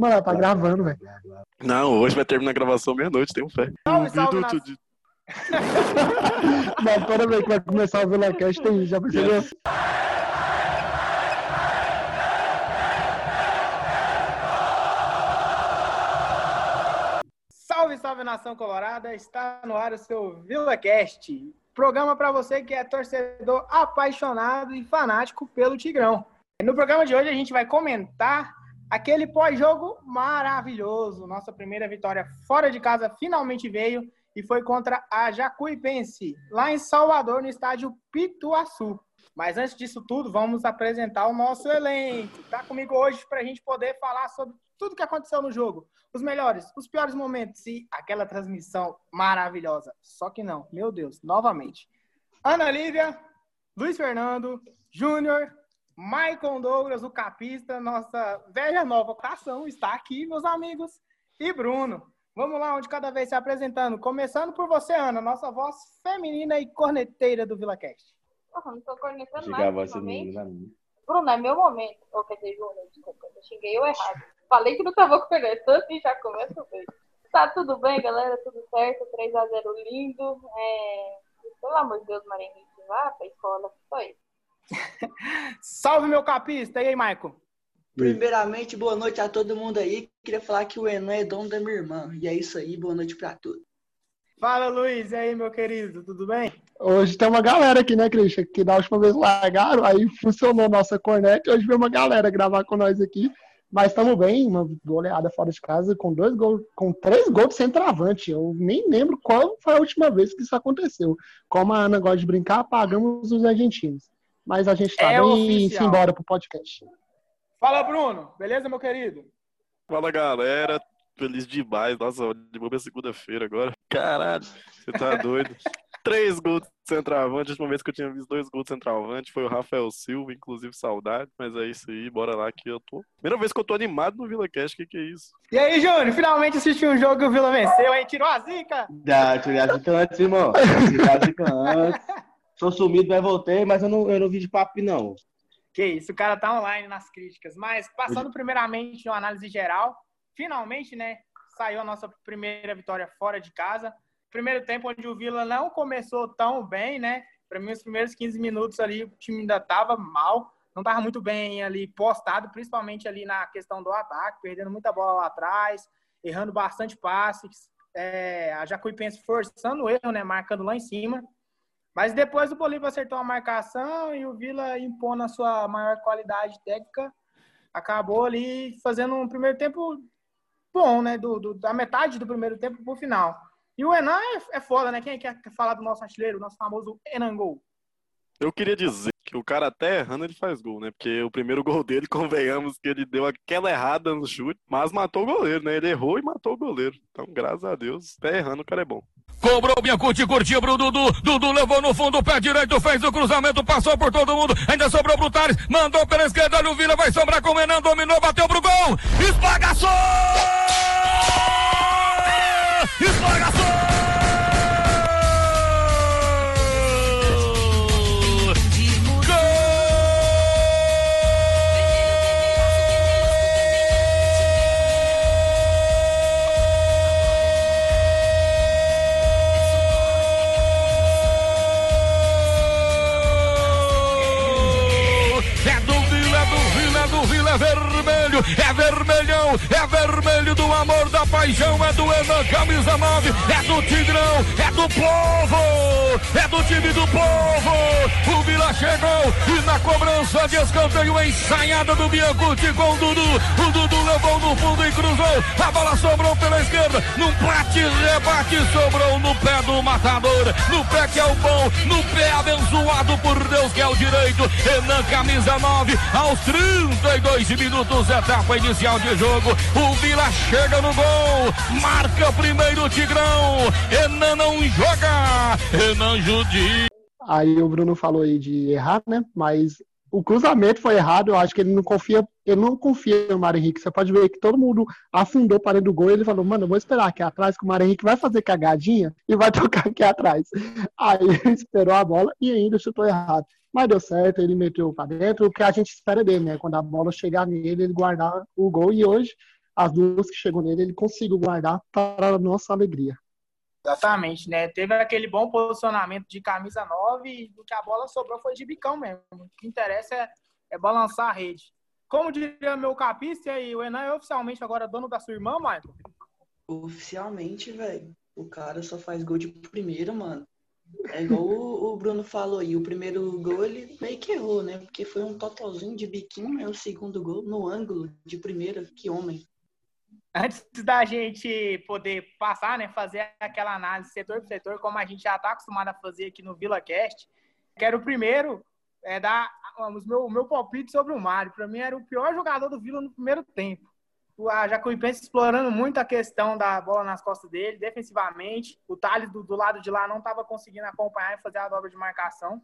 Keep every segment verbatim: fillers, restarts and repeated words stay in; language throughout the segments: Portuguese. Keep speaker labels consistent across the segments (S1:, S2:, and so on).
S1: Mano, tá gravando, velho.
S2: Não, hoje vai terminar a gravação meia-noite, tenho fé.
S3: Salve, salve,
S2: Duvido
S3: nação.
S2: de-
S1: Mas toda vez que vai começar o VilaCast tem isso, já percebeu?
S3: Salve, salve, nação colorada. Está no ar o seu VilaCast. Programa para você que é torcedor apaixonado e fanático pelo Tigrão. No programa de hoje a gente vai comentar aquele pós-jogo maravilhoso. Nossa primeira vitória fora de casa finalmente veio e foi contra a Jacuipense, lá em Salvador, no estádio Pituaçu. Mas antes disso tudo, vamos apresentar o nosso elenco. Tá comigo hoje para a gente poder falar sobre tudo que aconteceu no jogo. Os melhores, os piores momentos e aquela transmissão maravilhosa. Só que não, meu Deus, novamente. Ana Lívia, Luiz Fernando, Júnior, Maicon Douglas, o capista, nossa velha nova coração, está aqui, meus amigos. E Bruno. Vamos lá, onde cada vez se apresentando. Começando por você, Ana, nossa voz feminina e corneteira do VilaCast.
S4: Porra, não tô cornetando
S5: Chegar
S4: nada
S5: a voz
S4: ultimamente.
S5: feminina, não.
S4: Bruno, é meu momento. Ou quer dizer, Júnior, desculpa, eu xinguei eu errado. Falei que não tava cornetando e já começa bem. Tá tudo bem, galera? Tudo certo? três a zero lindo. É... Pelo amor de Deus, Maria Henrique, vá pra escola. Só isso.
S3: Salve, meu capista. E aí, Maicon?
S6: Primeiramente, boa noite a todo mundo aí. Queria falar que o Enan é dono da minha irmã. E é isso aí, boa noite pra todos.
S3: Fala, Luiz. E aí, meu querido? Tudo bem?
S1: Hoje tem uma galera aqui, né, Christian? Que da última vez largaram, aí funcionou nossa corneta e hoje veio uma galera gravar com nós aqui. Mas estamos bem, uma goleada fora de casa com dois gols, com três gols de centroavante. Eu nem lembro qual foi a última vez que isso aconteceu. Como a Ana gosta de brincar, apagamos os argentinos. Mas a gente tá
S3: É
S1: bem e
S3: oficial.
S1: simbora pro podcast.
S3: Fala, Bruno. Beleza, meu querido?
S2: Fala, galera. Feliz demais. Nossa, de boa segunda-feira agora. Caralho, você tá doido. Três gols de centroavante. A última vez que eu tinha visto dois gols de centroavante foi o Rafael Silva, inclusive saudade. Mas é isso aí, bora lá que eu tô. Primeira vez que eu tô animado no VilaCast, que que é isso?
S3: E aí, Júnior? Finalmente assisti um jogo e o Vila venceu, hein? Tirou a zica?
S5: Já, tirei a zica antes, irmão. Tirei a zica antes. Sou sumido, mas voltei, mas eu não, eu não vi de papo, não.
S3: Que isso, o cara tá online nas críticas. Mas, passando primeiramente uma análise geral, finalmente, né, saiu a nossa primeira vitória fora de casa. Primeiro tempo onde o Vila não começou tão bem, né? Para mim, os primeiros quinze minutos ali, o time ainda tava mal. Não tava muito bem ali postado, principalmente ali na questão do ataque, perdendo muita bola lá atrás, errando bastante passes. É, a Jacuipense forçando o erro, né? Marcando lá em cima. Mas depois o Bolívar acertou a marcação e o Vila impondo a sua maior qualidade técnica. Acabou ali fazendo um primeiro tempo bom, né? Do, do, da metade do primeiro tempo pro final. E o Enan é, é foda, né? Quem quer falar do nosso artilheiro, o nosso famoso Enan Gol?
S2: Eu queria dizer que o cara até errando ele faz gol, né? Porque o primeiro gol dele, convenhamos que ele deu aquela errada no chute, mas matou o goleiro, né? Ele errou e matou o goleiro. Então, graças a Deus, até errando o cara é bom.
S7: Cobrou Biancucci, curtiu pro Dudu, Dudu levou no fundo, o pé direito, fez o cruzamento, passou por todo mundo, ainda sobrou pro Tales, mandou pela esquerda, olha o Vila, vai sobrar com o Enan, dominou, bateu pro gol, esbagaçou! Esbagaçou! É vermelho, é vermelhão, é vermelho do amor, da paixão, é do Enan, camisa nove, é do Tigrão, é do povo, é do time do povo. O Vila chegou e na cobrança de escanteio ensaiada do Biancucci com o Dudu. O Dudu levou no fundo e cruzou, a bola sobrou pela esquerda, num bate rebate, sobrou no pé do matador, no pé que é o bom, no pé abençoado por Deus que é o direito. Enan, camisa nove, aos trinta e dois minutos, etapa inicial de jogo, o Vila chega no gol, marca primeiro o Tigrão, Enan não joga, Enan judia.
S1: Aí o Bruno falou aí de errar, né? Mas o cruzamento foi errado, eu acho que ele não confia, ele não confia no Mário Henrique. Você pode ver que todo mundo afundou para dentro do gol e ele falou, mano, eu vou esperar aqui atrás que o Mário Henrique vai fazer cagadinha e vai tocar aqui atrás. Aí ele esperou a bola e ainda chutou errado. Mas deu certo, ele meteu para dentro, o que a gente espera dele, né? Quando a bola chegar nele, ele guardar o gol. E hoje as duas que chegou nele, ele conseguiu guardar para a nossa alegria.
S3: Exatamente, né? Teve aquele bom posicionamento de camisa nove e do que a bola sobrou foi de bicão mesmo. O que interessa é, é balançar a rede. Como diria meu capista, e aí, o Enan é oficialmente agora dono da sua irmã, Michael?
S6: Oficialmente, velho. O cara só faz gol de primeira, mano. É igual o, o Bruno falou aí. O primeiro gol ele meio que errou, né? Porque foi um totalzinho de biquinho, e o segundo gol no ângulo de primeira. Que homem.
S3: Antes da gente poder passar, né, fazer aquela análise setor por setor, como a gente já está acostumado a fazer aqui no VilaCast, quero primeiro é, dar o meu, meu palpite sobre o Mário. Para mim, era o pior jogador do Vila no primeiro tempo. A Jacuipense explorando muito a questão da bola nas costas dele, defensivamente. O Thales, do, do lado de lá, não estava conseguindo acompanhar e fazer a dobra de marcação.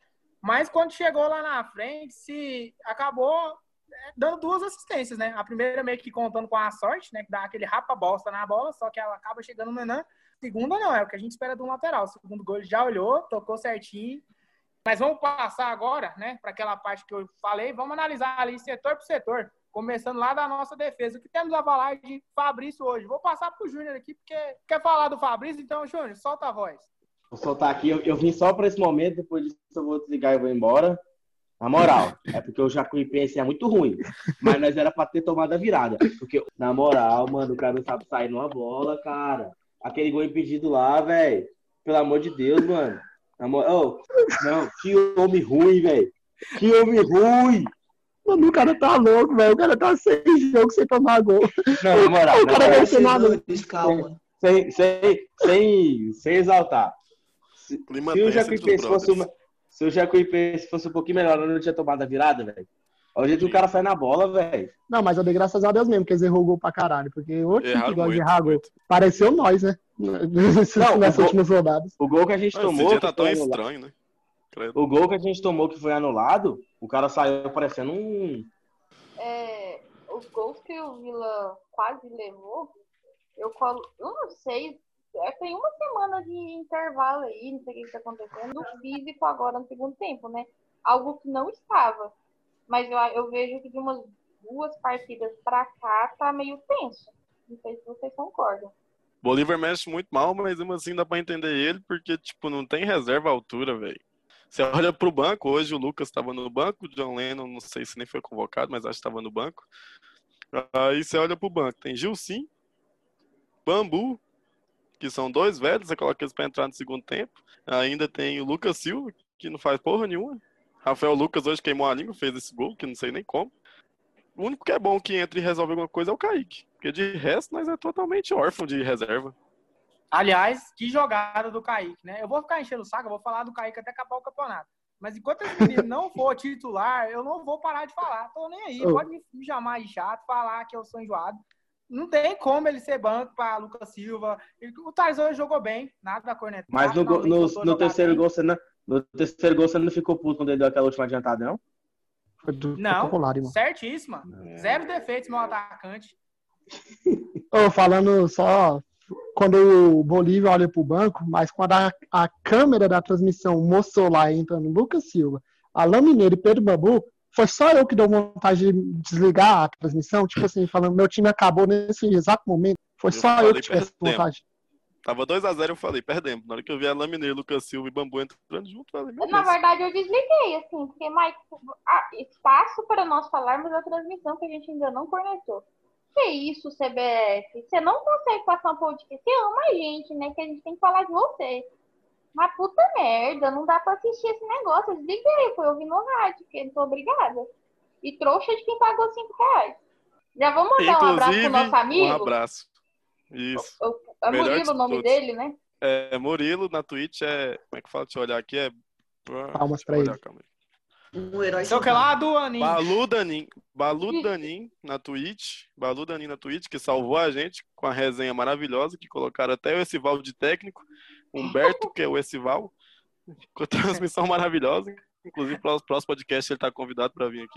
S3: Mas quando chegou lá na frente, se acabou dando duas assistências, né? A primeira meio que contando com a sorte, né? Que dá aquele rapa-bosta na bola, só que ela acaba chegando no Enan. Segunda não, é o que a gente espera do lateral. O segundo gol ele já olhou, tocou certinho. Mas vamos passar agora, né? Para aquela parte que eu falei. Vamos analisar ali setor por setor. Começando lá da nossa defesa. O que temos a falar de Fabrício hoje? Vou passar para o Júnior aqui, porque quer falar do Fabrício? Então, Júnior, solta a voz.
S5: Vou soltar aqui. Eu, eu vim só para esse momento, depois disso eu vou desligar e vou embora. Na moral, é porque o Jacuipense é muito ruim. Mas nós era pra ter tomado a virada. Porque, na moral, mano, o cara não sabe sair numa bola, cara. Aquele gol impedido lá, velho. Pelo amor de Deus, mano. Na moral, oh, não, que homem ruim, velho. Que homem ruim.
S1: Mano, o cara tá louco, velho. O cara tá sem jogo sem tomar gol.
S5: Não, na moral.
S1: O cara vai ser nada.
S6: Calma.
S5: Sem, sem, sem, sem exaltar. Se, se o Jacuipense fosse uma... Se o Jacuipense fosse um pouquinho melhor, eu não tinha tomado a virada, velho. Olha o jeito que o cara sai na bola, velho.
S1: Não, mas eu dei graças a Deus mesmo, que eles errou o gol pra caralho. Porque outro time que gosta de errar gol.
S2: Muito.
S1: Pareceu nós, né?
S5: Não,
S1: nessas últimas rodadas.
S5: O gol que a gente
S2: Mas
S5: tomou...
S2: esse dia tá
S5: que
S2: tão
S5: foi
S2: estranho, né? Credo.
S5: O gol que a gente tomou que foi anulado, o cara saiu parecendo um...
S4: É, os gols que o Vila quase levou, eu, colo... eu não sei... Tem uma semana de intervalo aí, não sei o que está acontecendo, o físico agora no segundo tempo, né? Algo que não estava. Mas eu, eu vejo que de umas duas partidas para cá tá meio tenso. Não sei se vocês concordam.
S2: Bolívar mexe muito mal, mas mesmo assim dá pra entender ele, porque, tipo, não tem reserva à altura, velho. Você olha pro banco, hoje o Lucas tava no banco, o John Lennon, não sei se nem foi convocado, mas acho que tava no banco. Aí você olha pro banco, tem Gilcim, Bambu, que são dois velhos, você coloca eles pra entrar no segundo tempo. Ainda tem o Lucas Silva, que não faz porra nenhuma. Rafael Lucas hoje queimou a língua, fez esse gol, que não sei nem como. O único que é bom que entra e resolve alguma coisa é o Kaique. Porque de resto, nós é totalmente órfão de reserva.
S3: Aliás, que jogada do Kaique, né? Eu vou ficar enchendo o saco, eu vou falar do Kaique até acabar o campeonato. Mas enquanto esse menino não for titular, eu não vou parar de falar. Tô nem aí, pode me chamar de chato, falar que eu sou enjoado. Não tem como ele ser banco para Lucas Silva. O Thales hoje jogou bem, nada da corneta.
S5: Mas no, no, no terceiro gol, você não, no terceiro gol você não ficou puto quando ele deu aquela última adiantada, não?
S3: Não, popular, certíssima. É. Zero defeitos, meu atacante.
S1: Oh, falando só, quando o Bolívia olha pro banco, mas quando a, a câmera da transmissão mostrou lá entrando Lucas Silva, Alain Mineiro e Pedro Bambu, foi só eu que deu vontade de desligar a transmissão, tipo assim, falando, meu time acabou nesse exato momento. Foi eu só eu que tivesse vontade.
S2: Tava dois a zero, eu falei, perdemos. Na hora que eu vi a Lamineiro, Lucas Silva e Bambu entrando junto, eu falei, meu
S4: Na
S2: Deus.
S4: verdade, eu desliguei, assim, porque, Mike, espaço para nós falarmos da transmissão que a gente ainda não cornetou. Que isso, C B F? Você não consegue passar um podcast. Você ama a gente, né? Que a gente tem que falar de você. Mas puta merda, não dá pra assistir esse negócio. Eu desliguei, foi ouvir no rádio, porque não tô obrigada. E trouxa de quem pagou cinco reais. Já vamos mandar
S2: Inclusive,
S4: um abraço pro nosso amigo?
S2: Um abraço. Isso.
S4: O, o, é
S2: Melhor
S4: Murilo o nome
S2: todos.
S4: dele, né?
S2: É Murilo, na Twitch é... Como é que fala? Deixa eu olhar aqui. É...
S1: Palmas pra
S2: olhar,
S1: ele.
S2: calma aí.
S6: Um herói
S3: Seu que lá do Anin.
S2: Balu Danin, Balu Danin na Twitch, Balu Danin na Twitch, que salvou a gente com a resenha maravilhosa, que colocaram até o Essival de técnico, Humberto, que é o Essival, com a transmissão maravilhosa. Inclusive, para o próximo podcast ele está convidado para vir aqui.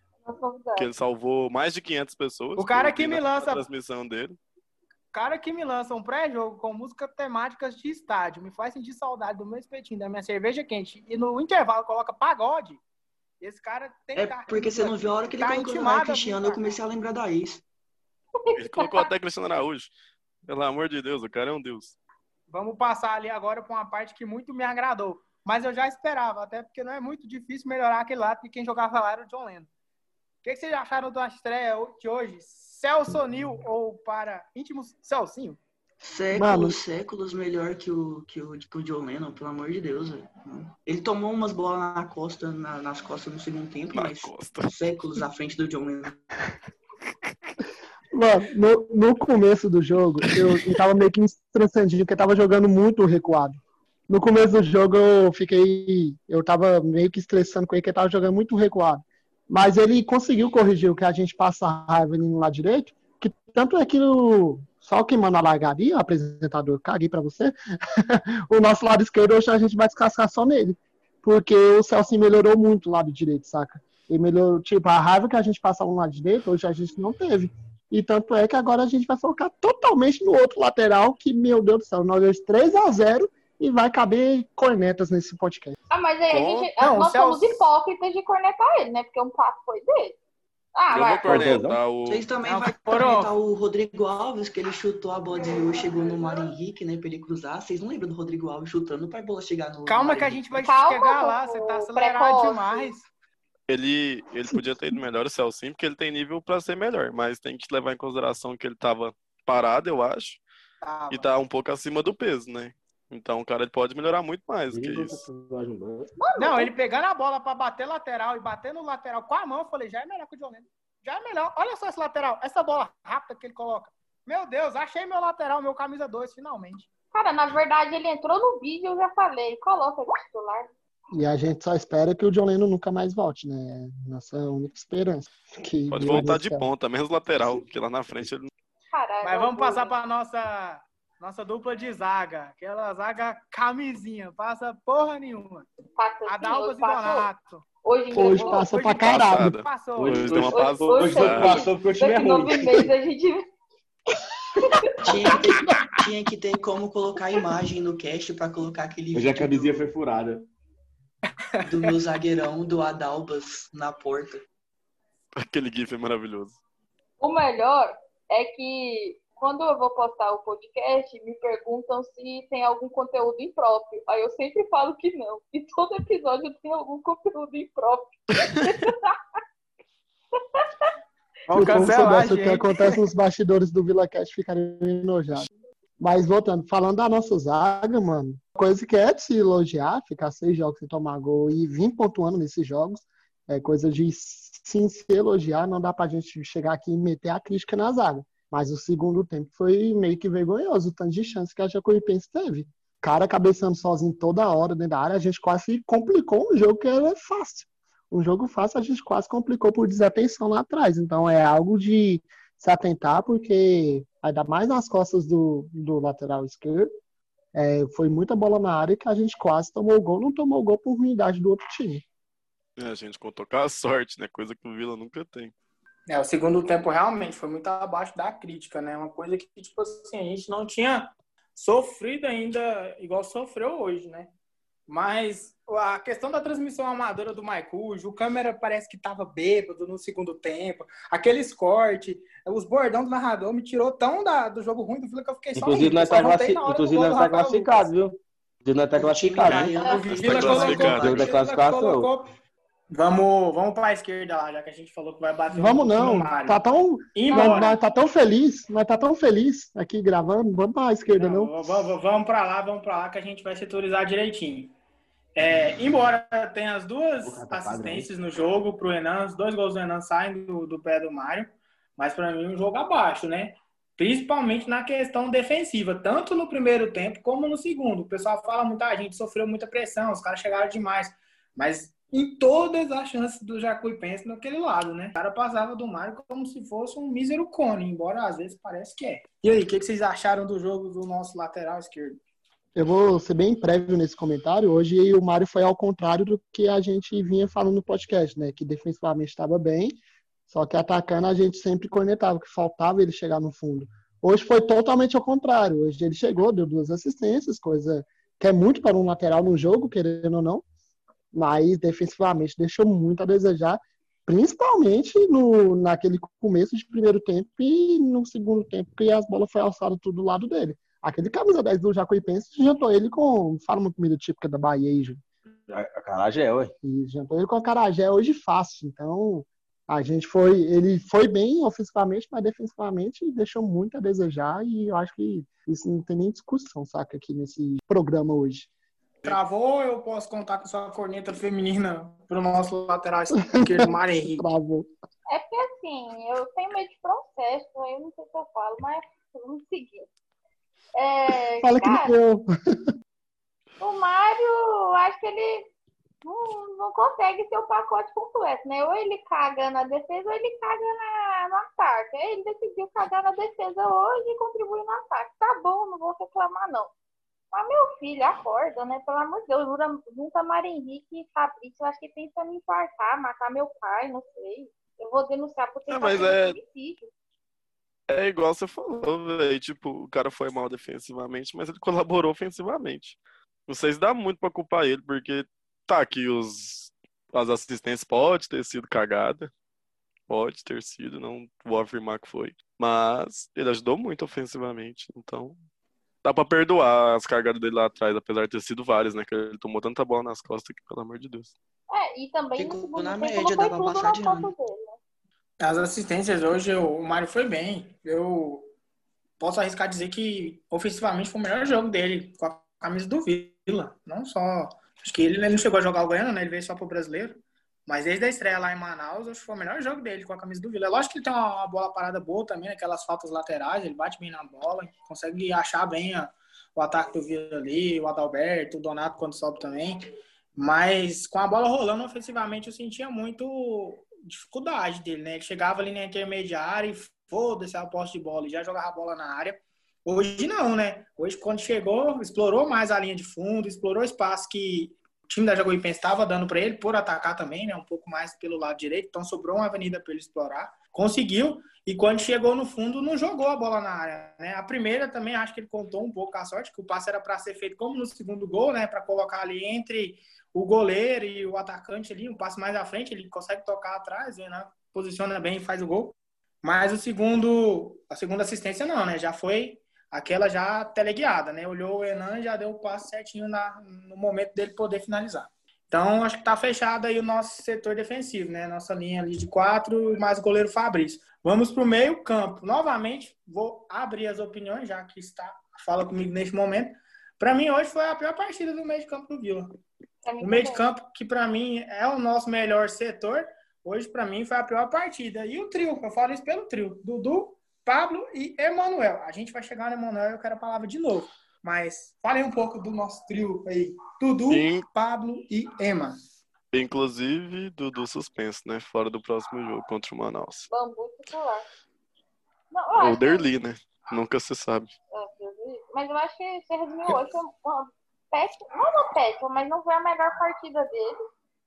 S2: Que ele salvou mais de quinhentas pessoas.
S3: O cara que me lança
S2: a transmissão dele.
S3: O cara que me lança um pré-jogo com música temáticas de estádio, me faz sentir saudade do meu espetinho, da minha cerveja quente, e no intervalo coloca pagode. Esse cara tem
S6: É
S3: que
S6: porque você não viu a hora que ele
S3: tá
S6: colocou no
S3: intimado
S6: Cristiano, eu comecei a lembrar da ex.
S2: Ele colocou até Cristiano Araújo. Pelo amor de Deus, o cara é um deus.
S3: Vamos passar ali agora para uma parte que muito me agradou. Mas eu já esperava, até porque não é muito difícil melhorar aquele lado, porque quem jogava lá era o John Lennon. O que, que vocês acharam da estreia de hoje? Celso Nil ou para íntimos Celcinho?
S6: Séculos,
S1: Mano.
S6: séculos melhor que o, que o, que o John Lennon, pelo amor de Deus, velho. Ele tomou umas bolas na costa, na- nas costas no segundo tempo,
S2: Na
S6: mas
S2: costa.
S6: séculos à frente do John Lennon.
S1: Mano, no, no começo do jogo, eu, eu tava meio que me estressandinho, porque eu tava jogando muito recuado. No começo do jogo, eu fiquei. Eu tava meio que estressando com ele, porque ele tava jogando muito recuado. Mas ele conseguiu corrigir o que a gente passa a raiva ali no lado direito, que tanto é que o. Só quem manda a largaria, o apresentador, caguei pra você. O nosso lado esquerdo, hoje a gente vai descansar só nele. Porque o Celso melhorou muito o lado direito, saca? Ele melhorou, tipo, a raiva que a gente passava no lado direito, hoje a gente não teve. E tanto é que agora a gente vai focar totalmente no outro lateral, que, meu Deus do céu, nós demos três a zero e vai caber cornetas nesse podcast.
S4: Ah, mas aí a
S2: Bom,
S4: gente,
S3: não,
S4: nós
S3: o Celso-
S4: somos hipócritas de cornetar ele, né? Porque um passo foi dele. Ah,
S2: Eu
S4: vai.
S2: vou cornetar o.
S6: Vocês também
S3: Não,
S6: vão
S3: foram-
S6: comentar o Rodrigo Alves, que ele chutou a bola de chegou no Mário Henrique, né, pra ele cruzar. Vocês não lembram do Rodrigo Alves chutando pra bola chegar no
S3: Calma
S6: Mário
S3: que a
S6: Henrique?
S3: gente vai
S4: Calma,
S3: chegar lá,
S4: pô,
S3: você tá acelerado
S4: precoce.
S3: demais.
S2: Ele, ele podia ter ido melhor, o Celcinho, porque ele tem nível pra ser melhor, mas tem que levar em consideração que ele tava parado, eu acho,
S3: Tá,
S2: e tá um pouco acima do peso, né? Então o cara ele pode melhorar muito mais do que isso.
S3: Não, ele pegando a bola pra bater lateral e bater no lateral com a mão, eu falei, já é melhor que o John Lennon. Já é melhor. Olha só esse lateral, essa bola rápida que ele coloca. Meu Deus, achei meu lateral, meu camisa dois, finalmente.
S4: Cara, na verdade, ele entrou no vídeo, eu já falei. Coloca ele titular.
S1: E a gente só espera que o John Lennon nunca mais volte, né? Nossa única esperança. Que
S2: Pode
S1: Deus
S2: voltar
S1: do
S2: de
S1: céu.
S2: ponta, menos lateral, porque lá na frente ele
S4: Caralho.
S3: Mas vamos
S4: eu-
S3: passar pra nossa, nossa dupla de zaga. Aquela zaga camisinha, passa porra nenhuma.
S4: Passa assim,
S3: Adalbas
S4: hoje
S3: e
S4: passou.
S3: Donato.
S4: Hoje
S1: Hoje
S4: entregou.
S1: passou
S3: Hoje
S1: pra
S3: passada.
S1: caralho.
S3: Passou.
S2: Hoje
S5: Hoje,
S2: deu uma
S5: hoje,
S2: passada.
S5: hoje foi passou porque o time é
S4: Daqui
S5: ruim.
S4: nove meses a gente...
S6: Tinha que, ter, tinha que ter como colocar imagem no cast pra colocar aquele
S5: Hoje a
S6: vídeo
S5: camisinha
S6: do,
S5: foi furada.
S6: do meu zagueirão, do Adalbas, na porta.
S2: aquele gif é maravilhoso.
S4: O melhor é que quando eu vou postar o podcast, me perguntam se tem algum conteúdo impróprio. Aí eu sempre falo que não. E todo episódio tem algum conteúdo impróprio.
S1: Se
S3: Vamos
S1: o povo
S3: cancelar,
S1: soubesse o que
S3: gente.
S1: acontece nos bastidores do VilaCast, ficariam enojados. Mas voltando, falando da nossa zaga, mano, coisa que é de se elogiar, ficar seis jogos sem tomar gol e vir pontuando nesses jogos, é coisa de sim se elogiar, não dá pra gente chegar aqui e meter a crítica na zaga. Mas o segundo tempo foi meio que vergonhoso, o tanto de chance que a Jacuipense teve. O cara cabeçando sozinho toda hora dentro da área, a gente quase complicou um jogo que era fácil. Um jogo fácil a gente quase complicou por desatenção lá atrás. Então é algo de se atentar, porque ainda mais nas costas do, do lateral esquerdo, é, foi muita bola na área que a gente quase tomou gol, não tomou gol por ruindade do outro time.
S2: É, a gente contou com a sorte, né? Coisa que o Vila nunca tem.
S3: É, o segundo tempo realmente foi muito abaixo da crítica, né? Uma coisa que, tipo assim, a gente não tinha sofrido ainda igual sofreu hoje, né? Mas a questão da transmissão amadora do Maicujo, o câmera parece que tava bêbado no segundo tempo, aqueles cortes, os bordão do narrador me tirou tão da, do jogo ruim do Vila que eu fiquei só
S5: Inclusive,
S3: rindo.
S5: nós
S3: Só
S5: tá,
S3: voltei
S5: classi...
S3: na hora do
S5: Inclusive,
S3: gol
S5: nós
S3: do
S5: tá
S3: Rafael
S5: classificado,
S3: Lucas.
S5: viu? Inclusive, nós tá classificado, viu?
S6: Ganhando,
S3: O
S6: viu?
S3: Vila
S2: Tá
S3: colocou,
S2: classificado.
S5: Jogo da
S3: Vila
S5: classificação.
S3: colocou. Vamos, vamos para a esquerda lá, já que a gente falou que vai bater
S1: Vamos
S3: um pouquinho
S1: não,
S3: no Mário.
S1: tá tão, nós,
S3: Embora.
S1: nós tá tão feliz, nós tá tão feliz aqui gravando, vamos pra esquerda não.
S3: Não, vamos, vamos para lá, vamos para lá que a gente vai setorizar direitinho. É, embora tenha as duas
S5: Porra, tá
S3: assistências no jogo pro Enan, os dois gols do Enan saem do, do pé do Mário, mas para mim um jogo abaixo, né? Principalmente na questão defensiva, tanto no primeiro tempo como no segundo. O pessoal fala muito, ah, a gente sofreu muita pressão, os caras chegaram demais, mas em todas as chances do Jacuipense naquele lado, né? O cara passava do Mário como se fosse um mísero cone, embora às vezes parece que é. E aí, o que, que vocês acharam do jogo do nosso lateral esquerdo?
S1: Eu vou ser bem prévio nesse comentário. Hoje o Mário foi ao contrário do que a gente vinha falando no podcast, né? Que defensivamente estava bem, só que atacando a gente sempre cornetava, que faltava ele chegar no fundo. Hoje foi totalmente ao contrário. Hoje ele chegou, deu duas assistências, coisa que é muito para um lateral no jogo, querendo ou não, mas defensivamente deixou muito a desejar. principalmente no, naquele começo de primeiro tempo e no segundo tempo, que as bolas foram alçadas tudo do lado dele. Aquele camisa dez do Jacuipense jantou ele com, fala uma comida típica da Bahia aí, Júlio.
S5: Acarajé, ué.
S1: E jantou ele com acarajé hoje fácil. Então, a gente foi, ele foi bem ofensivamente, mas defensivamente deixou muito a desejar e eu acho que isso não tem nem discussão, saca, aqui nesse programa hoje.
S3: Travou, eu posso contar com sua corneta feminina pro nosso lateral esquerdo, Mário Henrique.
S1: Travou.
S4: É porque assim, eu tenho medo de processo, aí eu não sei se eu falo, mas vamos seguir. É,
S1: Fala que
S4: cara,
S1: não eu.
S4: o Mário, acho que ele não, não consegue ser o pacote completo, né? Ou ele caga na defesa ou ele caga na, no ataque. Aí ele decidiu cagar na defesa hoje e contribuir no ataque. Tá bom, não vou reclamar, não. Mas, meu filho, acorda, né? Pelo amor de Deus, junta Mário Henrique e Fabrício. Eu acho que pensa em me infartar, matar meu pai, não sei. Eu vou denunciar por
S2: É,
S4: tentar
S2: mas
S4: fazer
S2: é-
S4: suicídio.
S2: É igual você falou, velho. Tipo, o cara foi mal defensivamente, mas ele colaborou ofensivamente. Não sei se dá muito pra culpar ele, porque tá aqui os as assistências pode ter sido cagada. Pode ter sido, não vou afirmar que foi. Mas ele ajudou muito ofensivamente. Então, dá pra perdoar as cagadas dele lá atrás, apesar de ter sido várias, né? Que ele tomou tanta bola nas costas que, pelo amor de Deus.
S4: É, e também
S6: Ficou
S4: no segundo
S6: na
S4: tempo
S6: média,
S4: não foi
S6: dava pra
S4: tudo
S6: passar
S4: nas
S6: de
S4: costas
S6: ano.
S4: dele, né?
S3: As assistências hoje, o Mário foi bem. Eu posso arriscar dizer que ofensivamente foi o melhor jogo dele com a camisa do Vila. Não só. Acho que ele não chegou a jogar o Goiano, né? Ele veio só pro brasileiro. Mas desde a estreia lá em Manaus, acho que foi o melhor jogo dele com a camisa do Vila. É lógico que ele tem uma, uma bola parada boa também, aquelas faltas laterais, ele bate bem na bola, consegue achar bem a, o ataque do Vila ali, o Adalberto, o Donato quando sobe também. Mas com a bola rolando ofensivamente, eu sentia muito dificuldade dele, né? Ele chegava ali na intermediária e foda-se a posse de bola e já jogava a bola na área. Hoje não, né? Hoje, quando chegou, explorou mais a linha de fundo, explorou o espaço que o time da Jacuipense estava dando para ele, por atacar também, né? Um pouco mais pelo lado direito, então sobrou uma avenida para ele explorar. Conseguiu, e quando chegou no fundo, não jogou a bola na área, né? A primeira também, acho que ele contou um pouco a sorte, que o passe era para ser feito como no segundo gol, né? Para colocar ali entre o goleiro e o atacante ali, um passe mais à frente, ele consegue tocar atrás, né? Posiciona bem e faz o gol. Mas o segundo, a segunda assistência não, né? Já foi aquela já teleguiada, né? Olhou o Enan e já deu o passe certinho na, no momento dele poder finalizar. Então, acho que tá fechado aí o nosso setor defensivo, né? Nossa linha ali de quatro, mais o goleiro Fabrício. Vamos pro meio campo. Novamente, vou abrir as opiniões, já que está fala comigo neste momento. Para mim, hoje foi a pior partida do meio de campo do Vila. O meio de campo, que para mim é o nosso melhor setor, hoje para mim foi a pior partida. E o trio, eu falo isso pelo trio. Dudu, Pablo e Emanuel. A gente vai chegar no Emanuel, eu quero a palavra de novo. Mas falei um pouco do nosso trio aí. Dudu,
S2: Sim.
S3: Pablo e Ema.
S2: Inclusive, Dudu suspenso, né? Fora do próximo jogo contra o Manaus.
S4: Bambu titular. Não, eu
S2: Ou
S4: acho
S2: o Derli, né? Nunca se sabe.
S4: que, mas eu acho que você resumiu hoje uma péssima, não uma péssima, mas não foi a melhor partida dele.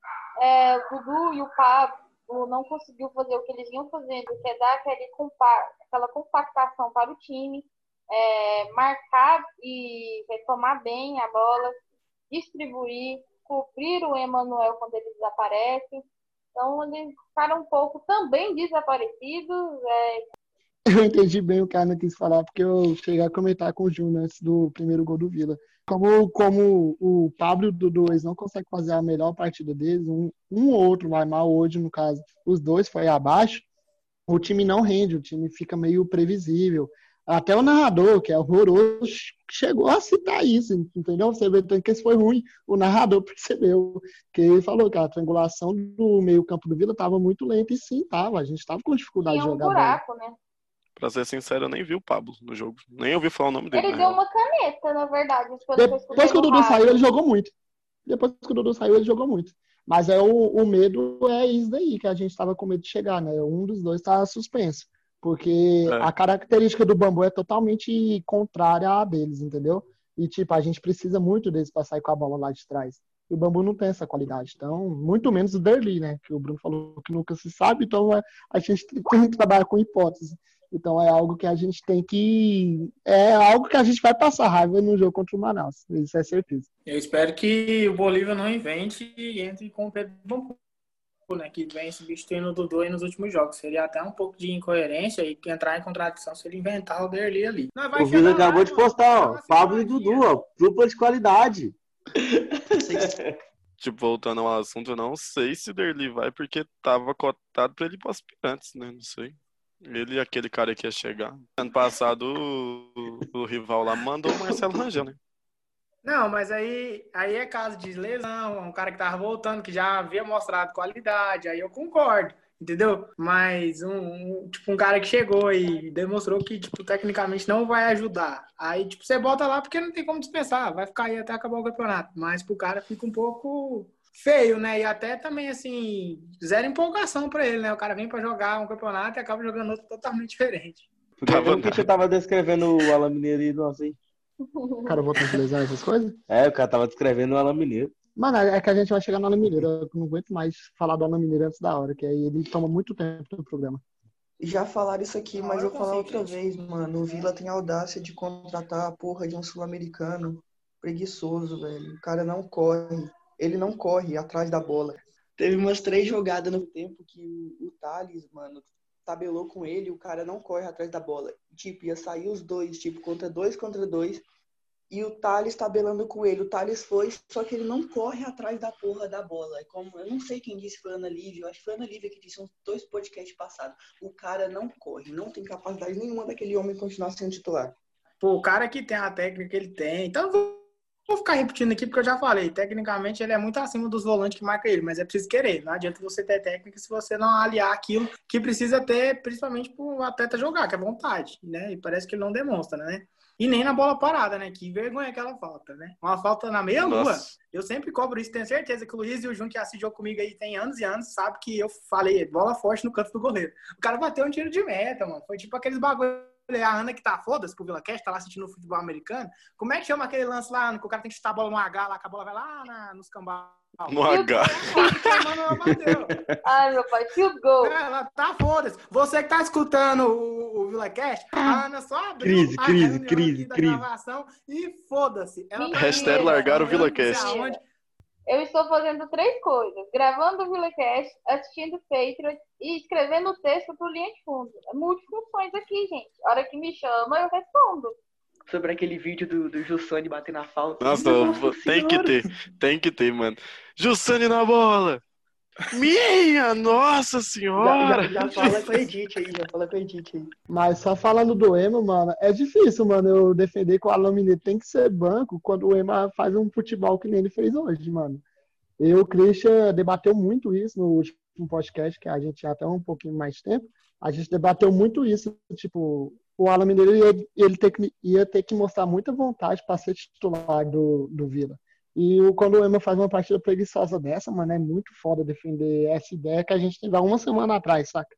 S4: É, o Dudu e o Pablo não conseguiu fazer o que eles iam fazendo, que é dar aquele compa- aquela compactação para o time, é, marcar e retomar bem a bola, distribuir, cobrir o Emanuel quando ele desaparece. Então, eles ficaram um pouco também desaparecidos. É...
S1: Eu entendi bem o que a Ana quis falar, porque eu cheguei a comentar com o Júnior antes do primeiro gol do Vila. Como, como o Pablo e o Dudu eles não conseguem fazer a melhor partida deles, um, um ou outro vai mal hoje, no caso, os dois foi abaixo, o time não rende, o time fica meio previsível. Até o narrador, que é horroroso, chegou a citar isso, entendeu? Você vê tanto que isso foi ruim, o narrador percebeu, que ele falou que a triangulação do meio campo do Vila estava muito lenta, e sim, estava, a gente estava com dificuldade
S4: Tinha
S1: de
S4: um
S1: jogar bola.
S4: buraco, né?
S2: Pra ser sincero, eu nem vi o Pablo no jogo. Nem ouvi falar o nome dele.
S4: Ele
S2: na
S4: deu
S2: real.
S4: uma caneta, na verdade. pelo que eu escutei
S1: Depois que o
S4: no
S1: Dudu
S4: rádio.
S1: saiu, ele jogou muito. Depois que o Dudu saiu, ele jogou muito. Mas é o, o medo é isso daí, que a gente estava com medo de chegar, né? Um dos dois está suspenso. Porque
S2: É.
S1: a característica do Bambu é totalmente contrária à deles, entendeu? E, tipo, a gente precisa muito deles para sair com a bola lá de trás. E o Bambu não tem essa qualidade. Então, muito menos o Derli, né? Que o Bruno falou que nunca se sabe, então a, a gente tem que trabalhar com hipótese. Então, é algo que a gente tem que... É algo que a gente vai passar raiva no jogo contra o Manaus. Isso é certeza.
S3: Eu espero que o Bolívia não invente e entre com o Pedro Bambu. né, que vem substituindo o Dudu aí nos últimos jogos. Seria até um pouco de incoerência e entrar em contradição se ele inventar o Derli ali. Nós vai
S5: O Vila
S3: chegar lá,
S5: acabou de
S3: mano.
S5: postar,
S3: É
S5: ó.
S3: uma
S5: Pablo e
S3: simpatia.
S5: Dudu, ó. Dupla de qualidade.
S2: Tipo, voltando ao assunto, eu não sei se o Derli vai, porque tava cotado pra ele ir pro aspirantes, né? Não sei. Ele e aquele cara que ia chegar. Ano passado, o, o rival lá mandou o Marcelo Rangel, né?
S3: Não, mas aí, aí é caso de lesão, um cara que tava voltando, que já havia mostrado qualidade, aí eu concordo, entendeu? Mas um, um, tipo, um cara que chegou e demonstrou que, tipo, tecnicamente não vai ajudar. Aí, tipo, você bota lá porque não tem como dispensar, vai ficar aí até acabar o campeonato. Mas pro cara fica um pouco feio, né? E até também, assim, zero empolgação pra ele, né? O cara vem pra jogar um campeonato e acaba jogando outro totalmente diferente.
S5: Porque
S2: Tava
S5: como que você tava descrevendo o Alan Mineiro aí, nossa, hein?
S1: O cara voltando de lesão, essas coisas.
S5: É, o cara tava descrevendo o Alan Mineiro.
S1: Mano, é que a gente vai chegar no Alan Mineiro. Eu não aguento mais falar do Alan Mineiro antes da hora, que aí ele toma muito tempo no programa.
S6: Já falaram isso aqui, mas
S3: Agora
S6: eu
S3: eu
S6: vou falar
S3: consigo,
S6: outra
S3: gente.
S6: vez, mano. O Vila tem a audácia de contratar a porra de um sul-americano preguiçoso, velho. O cara não corre. Ele não corre atrás da bola. Teve umas três jogadas no tempo que o, o Thales, mano, tabelou com ele, o cara não corre atrás da bola. Tipo, ia sair os dois, tipo, contra dois contra dois. E o Thales tabelando com ele. O Thales foi, só que ele não corre atrás da porra da bola. É como, eu não sei quem disse, foi a Ana Lívia. Eu acho que foi a Ana Lívia que disse uns dois podcasts passados. O cara não corre, não tem capacidade nenhuma daquele homem continuar sendo titular.
S3: Pô, o cara que tem a técnica que ele tem. Então, eu vou, vou ficar repetindo aqui porque eu já falei. Tecnicamente, ele é muito acima dos volantes que marca ele, mas é preciso querer. Não adianta você ter técnica se você não aliar aquilo que precisa ter, principalmente pro atleta jogar, que é vontade, né? E parece que ele não demonstra, né? E nem na bola parada, né? Que vergonha aquela falta, né? Uma falta na meia-lua.
S2: Nossa.
S3: Eu sempre cobro isso, tenho certeza que o Luiz e o Jun, que assistiu comigo aí tem anos e anos, sabe que eu falei bola forte no canto do goleiro. O cara bateu um tiro de meta, mano. Foi tipo aqueles bagulho. A Ana que tá foda-se pro Vila Cast, tá lá assistindo o futebol americano. Como é que chama aquele lance lá, que o cara tem que chutar a bola no H, lá que a bola vai lá na, nos cambal?
S2: No H.
S3: Mano, ela bateu.
S4: Ai, meu pai, field goal.
S3: Ela tá foda-se. Você que tá escutando o, o Vila Cast, a Ana só abriu
S5: Crise,
S3: a
S5: crise,
S3: reunião
S5: crise,
S3: aqui da
S5: crise.
S3: gravação e foda-se. Ela tá
S2: Hashtag
S3: aqui,
S2: largaram o
S3: olhando
S2: Vila Cast.
S3: não sei aonde.
S4: Eu estou fazendo três coisas: gravando o VilaCast, assistindo o Patriot e escrevendo o texto pro Linha de Fundo. É multifunções aqui, gente. A hora que me chama, eu respondo.
S6: Sobre aquele vídeo do, do Jussani bater na falta.
S2: Nossa, eu vou- tem que ter. Tem que ter, mano. Jussani na bola. Minha Nossa
S6: Já,
S2: Senhora.
S6: já, já fala com a Edith aí, já fala com a Edith aí.
S1: Mas só falando do Ema, mano, é difícil, mano, eu defender que o Alan Mineiro tem que ser banco quando o Ema faz um futebol que nem ele fez hoje, mano. Eu e o Christian debateu muito isso no último podcast, que a gente já tem um pouquinho mais de tempo. A gente debateu muito isso, tipo, o Alan Mineiro ia, ele ter que, ia ter que mostrar muita vontade para ser titular do, do Vila. E o, quando o Ema faz uma partida preguiçosa dessa, mano, é muito foda defender essa ideia que a gente teve há uma semana atrás, saca?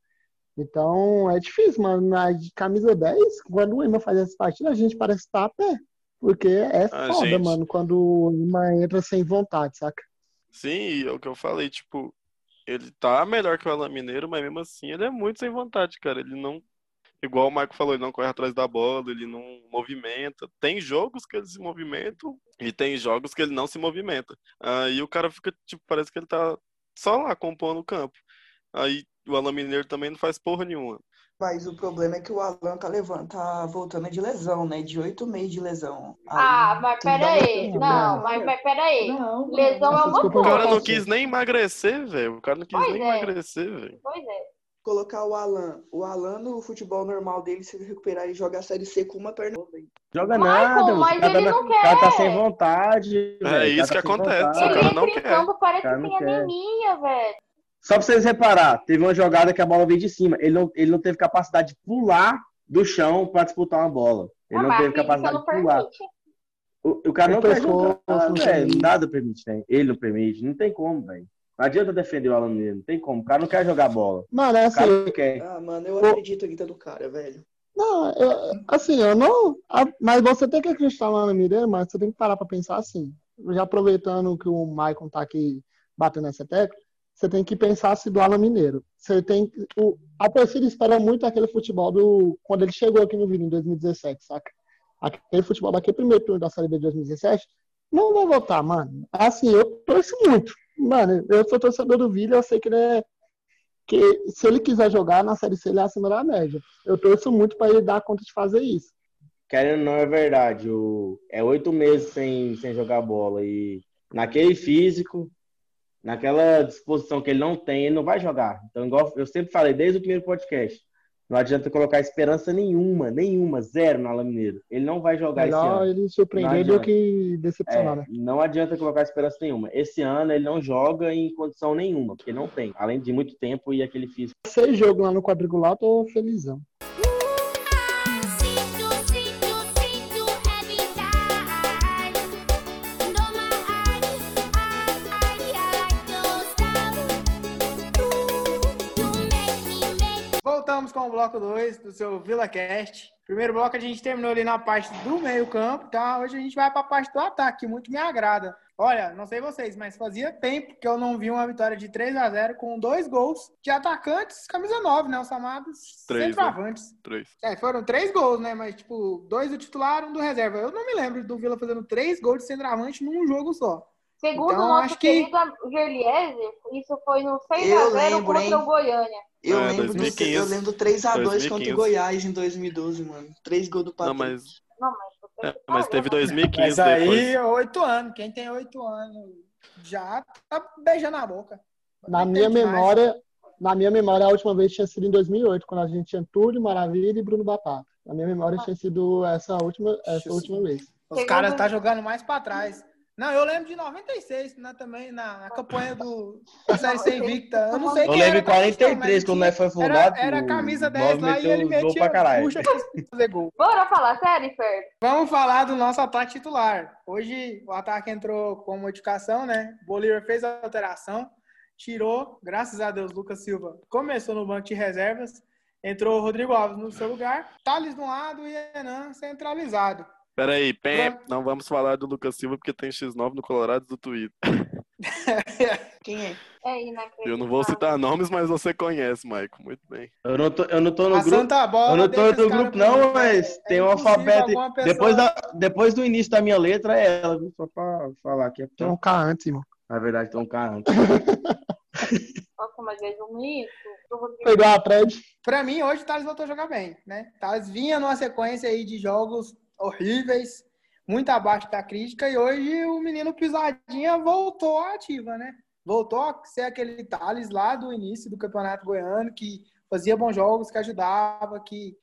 S1: Então, é difícil, mano. Na camisa dez, quando o Ema faz essa partida, a gente parece estar a pé. Porque é
S2: Ah,
S1: foda,
S2: gente.
S1: mano, quando o Ema entra sem vontade, saca?
S2: Sim, e é o que eu falei, tipo, ele tá melhor que o Alan Mineiro, mas mesmo assim ele é muito sem vontade, cara. Ele não, igual o Marco falou, ele não corre atrás da bola, ele não movimenta. Tem jogos que ele se movimentam e tem jogos que ele não se movimenta. Aí o cara fica, tipo, parece que ele tá só lá compondo o campo. Aí o Alan Mineiro também não faz porra nenhuma.
S6: Mas o problema é que o Alan tá, levando, tá voltando de lesão, né? De oito meses de lesão. Aí
S4: Ah, mas
S6: tem que dar
S4: pera
S6: uma
S4: aí.
S6: tempo,
S4: Não,
S6: né?
S4: mas, mas pera aí.
S6: Não,
S4: Lesão é
S1: Essa
S4: uma
S1: desculpa
S2: O
S1: eu
S2: cara
S1: vou
S2: não
S4: coisa.
S1: fazer.
S2: quis nem emagrecer, velho. O cara não quis
S4: Pois
S2: nem
S4: é.
S2: emagrecer, velho.
S4: Pois é.
S6: Colocar o Alan. O Alan no futebol normal dele, se ele recuperar e jogar a Série C com uma perna.
S5: Joga
S4: Michael,
S5: nada, mano.
S4: mas
S5: O cara,
S4: ele
S5: tá-
S4: não
S5: o cara tá
S4: quer.
S5: sem vontade,
S2: É
S5: velho. O
S2: isso
S5: cara
S2: que
S5: tá sem
S2: acontece, o
S5: vontade.
S2: cara
S4: Ele
S2: não
S4: entra em
S2: quer.
S4: campo, parece
S5: cara
S4: que
S5: não
S4: tem
S5: quer.
S4: anemia, velho.
S5: Só pra vocês reparar, teve uma jogada que a bola veio de cima. Ele não, ele não teve capacidade de pular do chão pra disputar uma bola. Ele
S4: Ah,
S5: não
S4: mas
S5: teve
S4: a física
S5: capacidade
S4: não
S5: de pular.
S4: permite.
S5: O, o cara
S1: O
S5: não quer
S1: pescoço
S5: jogar,
S1: não
S5: velho.
S1: permite.
S5: Nada permite, né? Ele não permite. Não tem como, velho. Não adianta defender o Alan Mineiro. Não tem como. O cara não quer jogar bola.
S1: Mano, é
S5: O cara
S1: assim,
S5: não quer.
S6: Ah, mano, eu
S1: Pô.
S6: acredito aqui do cara, velho.
S1: não, eu- assim, eu não. a- Mas você tem que acreditar lá no Mineiro, mas você tem que parar pra pensar assim. Já aproveitando que o Maicon tá aqui batendo essa tecla, você tem que pensar assim do Alan Mineiro. Você tem que- o, a torcida espera muito aquele futebol do quando ele chegou aqui no Vila em dois mil e dezessete, saca? Aquele futebol daquele primeiro turno da Série B de dois mil e dezessete, não vai voltar, mano. Assim, eu torço muito Mano, eu sou torcedor do Vila, eu sei que ele é. Que se ele quiser jogar na Série C, ele é acima da média. Eu torço muito pra ele dar conta de fazer isso.
S5: Querendo ou não, é verdade. O... É oito meses sem, sem jogar bola. E naquele físico, naquela disposição que ele não tem, ele não vai jogar. Então, igual eu sempre falei, desde o primeiro podcast, não adianta colocar esperança nenhuma, nenhuma, zero no Alain Mineiro. Ele não vai jogar esse
S1: Melhor
S5: ano.
S1: ele surpreender do que decepcionar,
S5: É,
S1: né?
S5: não adianta colocar esperança nenhuma. Esse ano ele não joga em condição nenhuma, porque não tem. Além de muito tempo e aquele físico.
S1: Seis jogos lá no quadrangular, eu tô felizão.
S3: Voltamos com o bloco dois do seu VilaCast. Primeiro bloco a gente terminou ali na parte do meio campo, tá? Hoje a gente vai para a parte do ataque, que muito me agrada. Olha, não sei vocês, mas fazia tempo que eu não vi uma vitória de três a zero com dois gols de atacantes, camisa nove, né? Os chamados
S2: Três,
S3: centroavantes.
S2: Né? Três.
S3: É, foram três gols, né? Mas, tipo, dois do titular, um do reserva. Eu não me lembro do Vila fazendo três gols de centroavante num jogo só.
S4: Segundo
S3: Então,
S4: o nosso
S3: acho que-
S4: querido Gerliese, isso foi no seis a
S6: Eu
S4: zero
S6: lembro,
S4: contra
S6: hein?
S4: o Goiânia.
S6: Eu,
S2: É,
S6: lembro
S2: dois mil e
S6: do,
S2: quinze.
S6: eu lembro do três a dois
S2: dois mil e
S6: contra o
S2: quinze.
S6: Goiás em dois mil e doze, mano. Três gols do
S2: Não,
S6: Patrick.
S2: mas,
S4: Não, mas, você
S2: é, mas teve
S4: falha,
S2: dois mil e quinze
S3: Mas aí,
S2: depois.
S3: oito anos. Quem tem oito anos já tá beijando a boca.
S1: Na
S3: Não
S1: minha
S3: tem demais.
S1: memória, na minha memória, a última vez tinha sido em dois mil e oito, quando a gente tinha Túlio, Maravilha e Bruno Batata. Na minha memória tinha sido essa última, essa
S3: Nossa
S1: última vez.
S3: Os
S4: Segundo-
S3: caras tá jogando mais pra trás. Não, eu lembro de noventa e seis, né, também, na, na campanha do, da Série C invicta. Eu não sei
S5: Eu
S3: quem
S5: lembro
S3: era
S5: em quarenta e três,
S3: mas
S5: quando
S3: tinha-
S5: nós foi fundado.
S3: Era, era a
S5: o
S3: camisa
S5: nove
S3: dez lá e ele
S5: meteu gol
S3: metia
S5: pra caralho.
S3: puxa pra fazer gol.
S4: Bora falar sério, Fer?
S3: Vamos falar do nosso ataque titular. Hoje o ataque entrou com modificação, né? O Bolívar fez a alteração, tirou, graças a Deus, Lucas Silva começou no banco de reservas, entrou o Rodrigo Alves no seu lugar, Thales de um lado e Renan centralizado.
S2: Peraí, Pem,
S3: Pronto.
S2: não vamos falar do Lucas Silva porque tem X nove no Colorado do Twitter.
S6: Quem é?
S4: É inacreditável.
S2: Eu não vou citar nomes, mas você conhece, Maico. Muito bem.
S5: Eu não tô, eu não tô no
S3: A
S5: grupo.
S3: Santa Bola
S5: Eu não
S3: deixa
S5: tô
S3: os
S5: no
S3: caras
S5: grupo,
S3: por
S5: não,
S3: mim,
S5: mas
S3: é
S5: tem um
S3: impossível
S5: alfabeto.
S3: alguma pessoa-
S5: Depois, da, depois do início da minha letra é ela, viu? Só pra falar aqui.
S1: Tem um K antes, irmão.
S5: Na verdade, tem um cara antes.
S4: Nossa, mas vejo isso. O Rodrigo-
S1: Pegou a thread.
S3: Pra mim, hoje o Thales voltou a jogar bem, né? Thales vinha numa sequência aí de jogos horríveis, muito abaixo da crítica, e hoje o menino Pisadinha voltou à ativa, né? Voltou a ser aquele Thales lá do início do Campeonato Goiano, que fazia bons jogos, que ajudava, que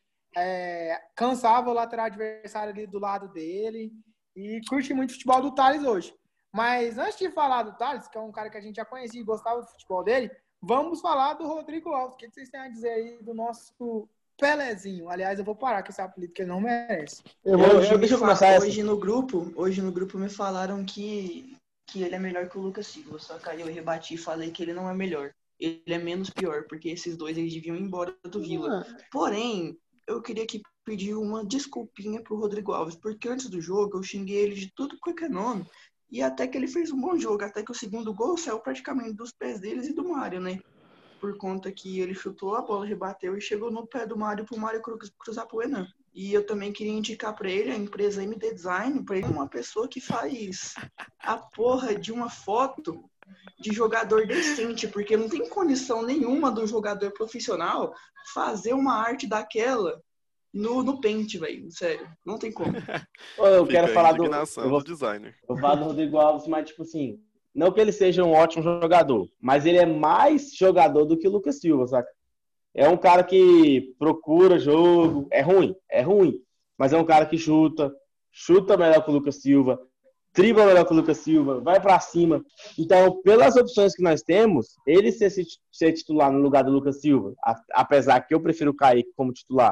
S3: é, cansava o lateral adversário ali do lado dele, e curte muito o futebol do Thales hoje. Mas antes de falar do Thales, que é um cara que a gente já conhecia e gostava do futebol dele, vamos falar do Rodrigo Alves. O que vocês têm a dizer aí do nosso Pelezinho? Aliás, eu vou parar com esse apelido que ele não merece.
S1: Eu vou,
S5: Eu-
S6: Hoje,
S5: deixa eu
S6: me
S5: começar
S6: fa-
S5: essa.
S6: hoje no grupo, hoje no grupo me falaram que, que ele é melhor que o Lucas Silva. Só que aí eu rebati e falei que ele não é melhor. Ele é menos pior, porque esses dois eles deviam ir embora do Vila. Porém, eu queria aqui pedir uma desculpinha pro Rodrigo Alves, porque antes do jogo eu xinguei ele de tudo quanto é nome, e até que ele fez um bom jogo, até que o segundo gol saiu praticamente dos pés deles e do Mário, né? Por conta que ele chutou, a bola rebateu e chegou no pé do Mário pro Mário cruz- cruzar pro Enan. E eu também queria indicar pra ele a empresa M D Design, pra ele uma pessoa que faz a porra de uma foto de jogador decente, porque não tem condição nenhuma do jogador profissional fazer uma arte daquela no, no Paint, velho. Sério, não tem como.
S5: Ô, Eu
S2: Fica
S5: quero
S2: a
S5: falar do.
S2: indignação
S5: Eu vou,
S2: do designer.
S5: eu vou falar do Rodrigo Alves, mas tipo assim, não que ele seja um ótimo jogador, mas ele é mais jogador do que o Lucas Silva, saca? É um cara que procura jogo, é ruim, é ruim, mas é um cara que chuta, chuta melhor que o Lucas Silva, dribla melhor que o Lucas Silva, vai pra cima. Então, pelas opções que nós temos, ele ser, ser titular no lugar do Lucas Silva, a- apesar que eu prefiro o Kaique como titular,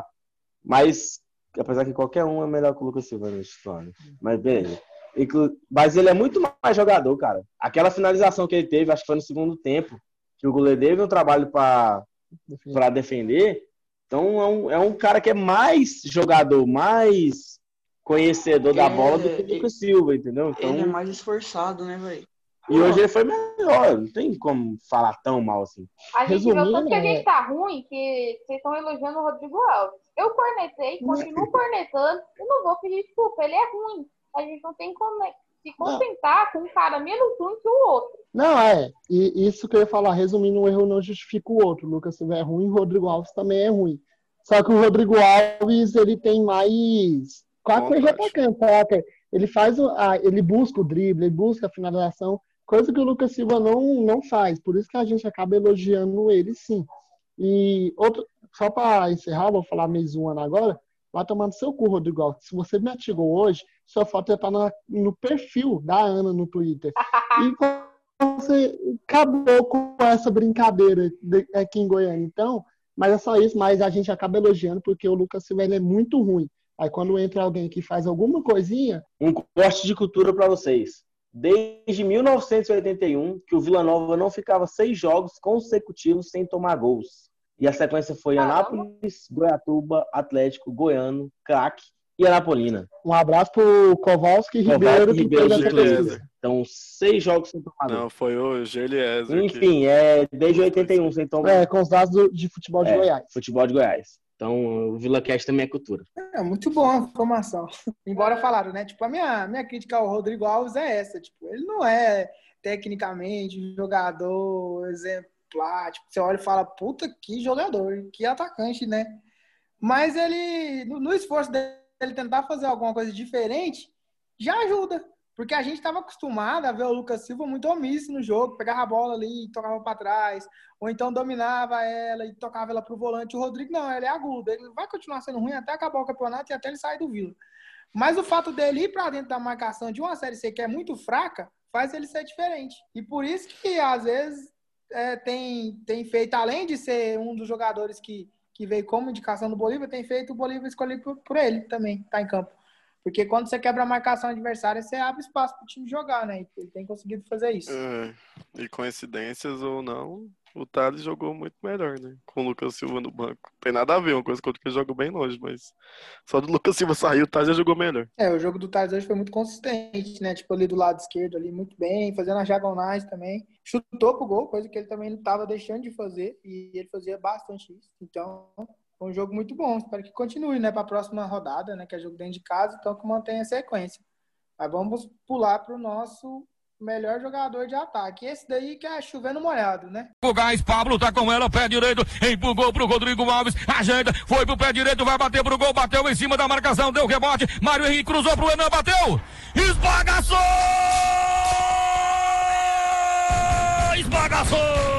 S5: mas apesar que qualquer um é melhor que o Lucas Silva no titular, né? Mas beleza. Inclu- Mas ele é muito mais jogador, cara. Aquela finalização que ele teve, acho que foi no segundo tempo, que o goleiro teve um trabalho para para defender. Então é um, é um cara que é mais jogador, mais conhecedor da
S6: É,
S5: bola do que o Lucas Silva, entendeu? Então,
S6: Ele é mais esforçado, né, velho?
S5: e hoje ele foi melhor, não tem como falar tão mal assim.
S4: A gente viu
S1: Resumindo,
S4: tanto que a
S1: é-
S4: gente tá ruim que vocês estão elogiando o Rodrigo Alves. Eu cornetei, continuo cornetando e não vou pedir desculpa. Ele é ruim. A gente não tem como se contentar com um cara menos ruim que o outro.
S1: Não, é. E isso que eu ia falar, resumindo, um erro não justifica o outro. O Lucas Silva é ruim, o Rodrigo Alves também é ruim. Só que o Rodrigo Alves, ele tem mais quatro coisas de atacante, saca? Ele faz o, ah, ele busca o drible, ele busca a finalização, coisa que o Lucas Silva não, não faz. Por isso que a gente acaba elogiando ele, sim. E outro, só para encerrar, vou falar meio zoando agora, vai tomando seu cu, Rodrigo Alves. Se você me atigou hoje, sua foto ia estar no, no perfil da Ana no Twitter. E você acabou com essa brincadeira de, aqui em Goiânia. Então, mas é só isso, mas a gente acaba elogiando porque o Lucas Silva ele é muito ruim. Aí quando entra alguém que faz alguma coisinha...
S5: Um corte de cultura para vocês. Desde mil novecentos e oitenta e um, que o Vila Nova não ficava seis jogos consecutivos sem tomar gols. E a sequência foi Anápolis, Goiatuba, Atlético, Goiano, Craque e Anapolina.
S1: Um abraço pro Kowalski Ribeiro, que
S5: Ribeiro
S1: fez essa pesquisa.
S5: Então, seis jogos sem tomar gol.
S2: Não, foi o Geliezer.
S5: Enfim, é desde oitenta e um sem tomar.
S1: É, com os dados do, de futebol de
S5: é,
S1: Goiás.
S5: Futebol de Goiás. Então, o VilaCast também é cultura.
S3: É muito bom a informação. Embora falaram, né? Tipo, a minha, minha crítica ao Rodrigo Alves é essa. Tipo, ele não é tecnicamente um jogador exemplar. Tipo, você olha e fala, puta, que jogador, que atacante, né? Mas ele, no, no esforço dele tentar fazer alguma coisa diferente, já ajuda. Porque a gente estava acostumado a ver o Lucas Silva muito omisso no jogo, pegava a bola ali e tocava para trás, ou então dominava ela e tocava ela para o volante. O Rodrigo não, ele é agudo, ele vai continuar sendo ruim até acabar o campeonato e até ele sair do Vila. Mas o fato dele ir para dentro da marcação de uma Série C que é muito fraca, faz ele ser diferente. E por isso que, às vezes, é, tem, tem feito, além de ser um dos jogadores que, que veio como indicação do Bolívar, tem feito o Bolívar escolher por, por ele também, tá em campo. Porque quando você quebra a marcação adversária, você abre espaço para o time jogar, né? Ele tem conseguido fazer isso.
S2: É, e coincidências ou não, o Thales jogou muito melhor, né? Com o Lucas Silva no banco. Não tem nada a ver, uma coisa que eu jogo bem longe, mas só do Lucas Silva sair, o Thales já jogou melhor.
S3: É, o jogo do Thales hoje foi muito consistente, né? Tipo, ali do lado esquerdo, ali muito bem, fazendo as diagonais também. Chutou pro gol, coisa que ele também não estava deixando de fazer, e ele fazia bastante isso. Então... foi um jogo muito bom, espero que continue, né, para a próxima rodada, né, que é jogo dentro de casa, então que mantenha a sequência. Mas vamos pular para o nosso melhor jogador de ataque. Esse daí que é chovendo molhado, né?
S7: O Gás, Pablo tá com ela, pé direito, empurrou pro Rodrigo Alves, ajeita, foi pro pé direito, vai bater pro gol, bateu em cima da marcação, deu rebote, Mário Henrique cruzou pro Enan, bateu, esbagaçou! Esbagaçou!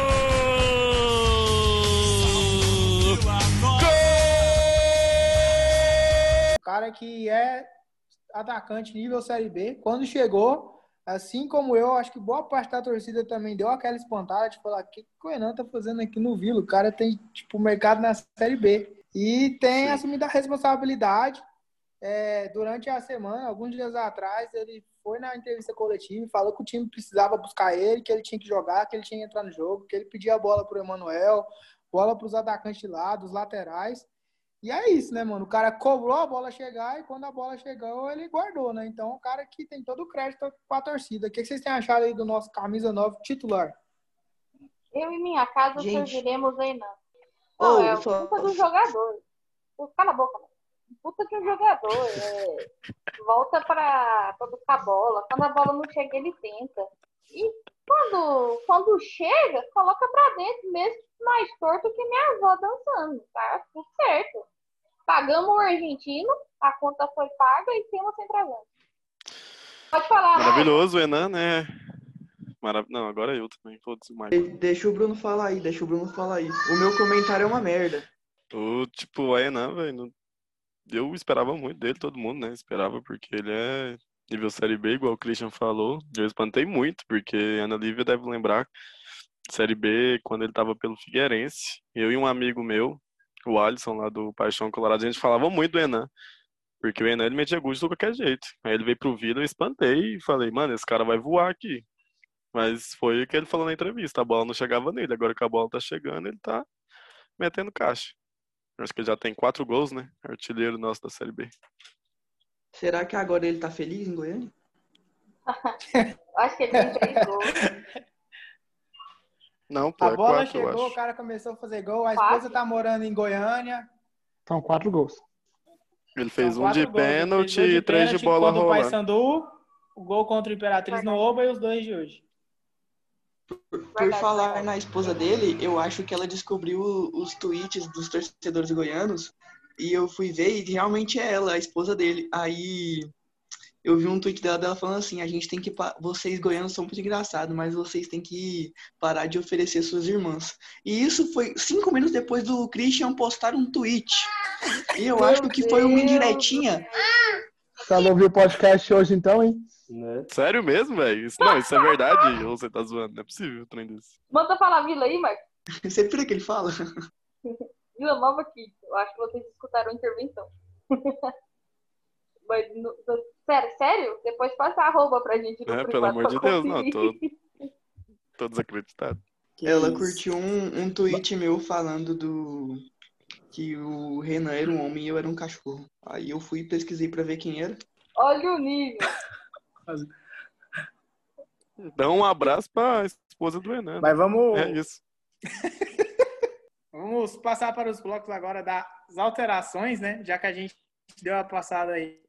S3: Cara que é atacante nível Série B, quando chegou, assim como eu, acho que boa parte da torcida também deu aquela espantada de falar, o que, que o Enan tá fazendo aqui no Vila? O cara tem, tipo, mercado na Série B. E tem Sim. assumido a responsabilidade. É, durante a semana, alguns dias atrás, ele foi na entrevista coletiva e falou que o time precisava buscar ele, que ele tinha que jogar, que ele tinha que entrar no jogo, que ele pedia a bola pro Emanuel, bola pros atacantes lá, dos laterais. E é isso, né, mano? O cara cobrou a bola chegar e quando a bola chegou, ele guardou, né? Então, o cara que tem todo o crédito com a torcida. O que vocês têm achado aí do nosso camisa nova titular?
S4: Eu e minha casa
S6: Gente.
S4: serviremos aí, não. Não,
S6: Ô,
S4: é o
S6: só-
S4: puta do jogador. Cala a boca, mano. Puta de um jogador. É... volta pra, pra buscar a bola. Quando a bola não chega, ele tenta. E quando, quando chega, coloca pra dentro mesmo, mais torto que minha avó dançando. Tá tudo certo. Pagamos o argentino, a conta foi paga e temos centroavante. Pode falar,
S2: Maravilhoso, o Enan, né? Marav... Não, agora eu também. Foda-se, Marco.
S6: De- Deixa o Bruno falar aí, deixa o Bruno falar aí. O meu comentário é uma merda.
S2: O, tipo, o Enan, velho, não- eu esperava muito dele, todo mundo, né? Esperava, porque ele é nível Série B, igual o Christian falou. Eu espantei muito, porque a Ana Lívia deve lembrar, Série B, quando ele tava pelo Figueirense, eu e um amigo meu, o Alisson, lá do Paixão Colorado, a gente falava muito do Enan, porque o Enan, ele metia gol de qualquer jeito. Aí ele veio pro Vila, eu espantei e falei, mano, esse cara vai voar aqui. Mas foi o que ele falou na entrevista, a bola não chegava nele, agora que a bola tá chegando, ele tá metendo caixa. Eu acho que ele já tem quatro gols, né? Artilheiro nosso da Série B.
S6: Será que agora ele tá feliz em Goiânia?
S4: acho que ele tem três gols.
S2: Não, pô,
S3: A
S2: é
S3: bola
S2: quatro, eu
S3: chegou, o
S2: acho.
S3: cara começou a fazer gol, a
S4: Quatro?
S3: esposa tá morando em Goiânia.
S1: São quatro gols.
S2: Ele fez
S3: São
S2: um de
S3: quatro gols. Ele fez
S2: pênalti
S3: dois
S2: e três de
S3: pênalti
S2: bola
S3: contra o
S2: rolando.
S3: Paysandu, o gol contra o Imperatriz no Oba e os dois de hoje.
S6: Por falar na esposa dele, eu acho que ela descobriu os tweets dos torcedores goianos e eu fui ver e realmente é ela, a esposa dele. Aí eu vi um tweet dela, dela falando assim, a gente tem que... Vocês goianos são muito engraçados, mas vocês têm que parar de oferecer suas irmãs. E isso foi cinco minutos depois do Christian postar um tweet. E eu acho que foi uma indiretinha.
S1: Você não ouviu o podcast hoje então, hein?
S5: Né?
S2: Sério mesmo, velho? Isso, não, isso é verdade? Ou você tá zoando? Não é possível um trem desse.
S4: Manda falar Vila aí, Marcos.
S6: Você vira que ele fala?
S4: Vila Nova aqui. Eu acho que vocês escutaram a intervenção. Mas, no, no, sério, sério? Depois passa a arroba pra gente no
S2: É,
S4: privado
S2: pelo amor de
S4: pra
S2: Deus, não,
S4: conferir.
S2: tô, tô desacreditado.
S6: Ela curtiu um, um tweet meu falando do... que o Renan era um homem e eu era um cachorro. Aí eu fui e pesquisei pra ver quem era.
S4: Olha o nível.
S2: Dá um abraço pra esposa do Renan.
S3: Mas vamos,
S2: É isso.
S3: vamos passar para os blocos agora das alterações, né? Já que a gente deu a passada aí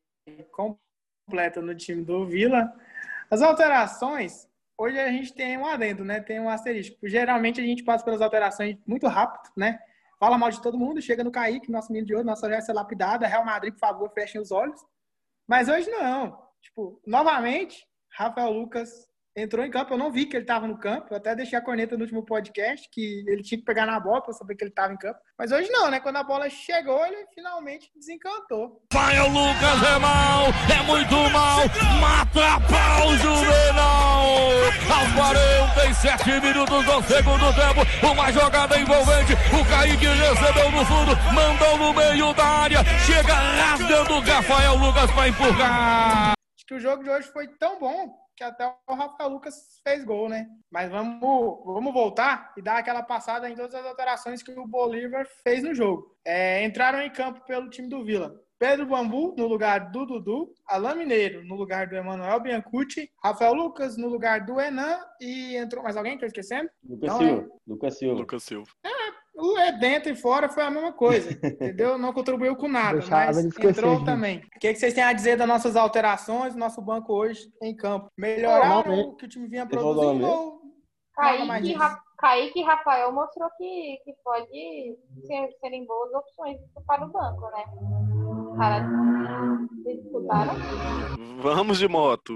S3: completa no time do Vila. As alterações, hoje a gente tem um adendo, né? Tem um asterisco. Geralmente a gente passa pelas alterações muito rápido, né? Fala mal de todo mundo, chega no Kaique, nosso menino de ouro, nossa já é lapidada. Real Madrid, por favor, fechem os olhos. Mas hoje não. Tipo, novamente, Rafael Lucas entrou em campo. Eu não vi que ele estava no campo. Eu até deixei a corneta no último podcast, que ele tinha que pegar na bola para saber que ele estava em campo. Mas hoje não, né? Quando a bola chegou, ele finalmente desencantou.
S7: Vai o Lucas, é mal, é muito mal, mata a pau, Juvenal. Aos quarenta e sete minutos do segundo tempo, uma jogada envolvente, o Kaique recebeu no fundo, mandou no meio da área, chega rasgando o Rafael Lucas para empurrar.
S3: Acho que o jogo de hoje foi tão bom que até o Rafael Lucas fez gol, né? Mas vamos, vamos voltar e dar aquela passada em todas as alterações que o Bolívar fez no jogo. É, entraram em campo pelo time do Vila. Pedro Bambu no lugar do Dudu, Alain Mineiro no lugar do Emanuel Biancucci, Rafael Lucas no lugar do Enan e entrou mais alguém que eu esquecendo?
S5: Lucas
S3: Não,
S5: Silva.
S3: é.
S5: Lucas Silva.
S2: Lucas Silva.
S3: O é dentro e fora foi a mesma coisa, entendeu? Não contribuiu com nada,
S1: Deixava
S3: mas
S1: ele esquecer,
S3: entrou
S1: gente.
S3: também. O que, que vocês têm a dizer das nossas alterações, do nosso banco hoje em campo? Melhoraram
S1: Não, não,
S3: o que o time vinha
S5: Você falou
S3: produzindo
S5: mesmo?
S3: ou nada mais
S4: Kaique,
S3: disso?
S4: Ra- Kaique e Rafael mostrou que, que pode ser, serem boas opções para o banco, né? Cara, vocês escutaram?
S2: Vamos de moto.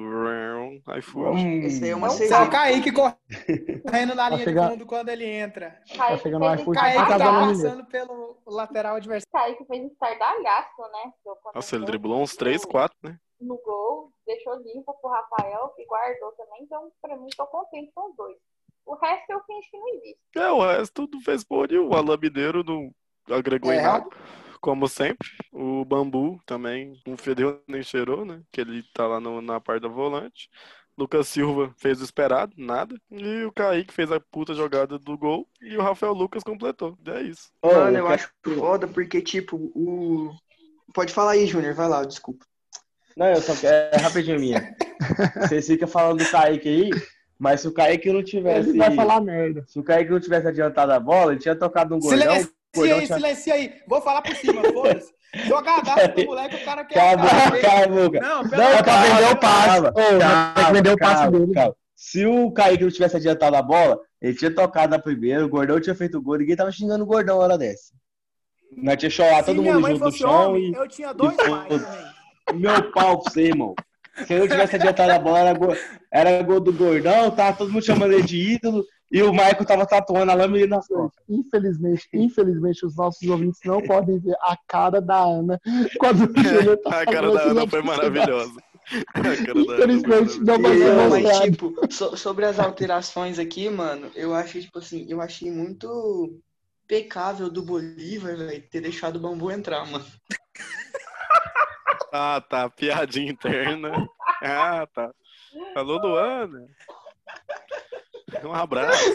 S2: Aí fui.
S6: Esse aí é uma
S5: Não,
S3: Esse é o
S6: cerveja.
S3: Kaique correndo na
S1: Tá
S3: linha
S1: chegando-
S3: de fundo quando ele entra.
S4: Kaique
S1: chegando
S4: fez
S1: no
S3: O
S1: iFood,
S3: Kaique
S1: tá
S3: tá
S1: casando
S3: passando pelo lateral adversário.
S4: Kaique fez estardalhaço, né?
S2: Nossa, ele driblou uns três, quatro, né?
S4: No gol, deixou limpo pro Rafael, que guardou também. Então, pra mim, tô contente com os dois. O resto eu fingi que não existe.
S2: É, o resto não fez porra nenhuma. O Alain Mineiro não agregou em
S3: É.
S2: nada. Como sempre. O Bambu também não fedeu nem cheirou, né? Que ele tá lá no- na parte da volante. Lucas Silva fez o esperado, nada. E o Kaique fez a puta jogada do gol. E o Rafael Lucas completou. É isso.
S5: Ô,
S6: Mano, eu
S5: quero-
S6: acho foda porque, tipo, o... Pode falar aí, Júnior. Vai lá, desculpa.
S5: Não, eu só quero. É rapidinho minha. Vocês ficam falando do Kaique aí, mas se o Kaique não tivesse.
S1: Ele vai falar merda.
S5: Se o Kaique não tivesse adiantado a bola, ele tinha tocado um gordão.
S3: Silencia
S5: o gordão
S3: aí,
S5: tinha...
S3: silencia aí. Vou falar por cima, foda-se. Jogadaço do moleque, o cara quer
S5: Cala a boca,
S3: saber.
S5: cala a boca.
S3: Não, pelo
S1: Não,
S3: amor
S1: é pra
S3: de
S1: vender
S3: Deus.
S1: o passe.
S5: Calma,
S1: Ô, tem que vender o passe
S5: calma,
S1: dele.
S5: calma. Se o Kaique não tivesse adiantado a bola, ele tinha tocado na primeira, o gordão tinha feito o gol, ninguém tava xingando o gordão na hora dessa. Nós tinha chorado
S3: Se
S5: todo
S3: minha
S5: mundo
S3: mãe
S5: junto no
S3: fosse
S5: chão
S3: homem,
S5: e.
S3: eu tinha dois
S5: e
S3: pais
S5: foda-se.
S3: também.
S5: Meu pau pra você, irmão. Se ele não tivesse adiantado a bola, era gol, era gol do gordão, tava todo mundo chamando ele de ídolo, e o Michael tava tatuando a lâmina nas costas.
S1: Infelizmente, infelizmente, os nossos ouvintes não podem ver a cara da Ana quando o Júnior tá
S2: A cara
S1: falando
S2: da
S1: essas
S2: Ana foi
S1: atrocidades.
S2: maravilhosa. A cara da Ana foi
S1: Infelizmente, não vai
S2: maravilhosa.
S1: ser
S6: Não, mas,
S1: mostrado.
S6: tipo, so- sobre as alterações aqui, mano, eu achei, tipo assim, eu achei muito pecável do Bolívar, velho, ter deixado o Bambu entrar, mano.
S2: Ah, tá. Piadinha interna. Ah, tá. Alô, Luana. Um abraço.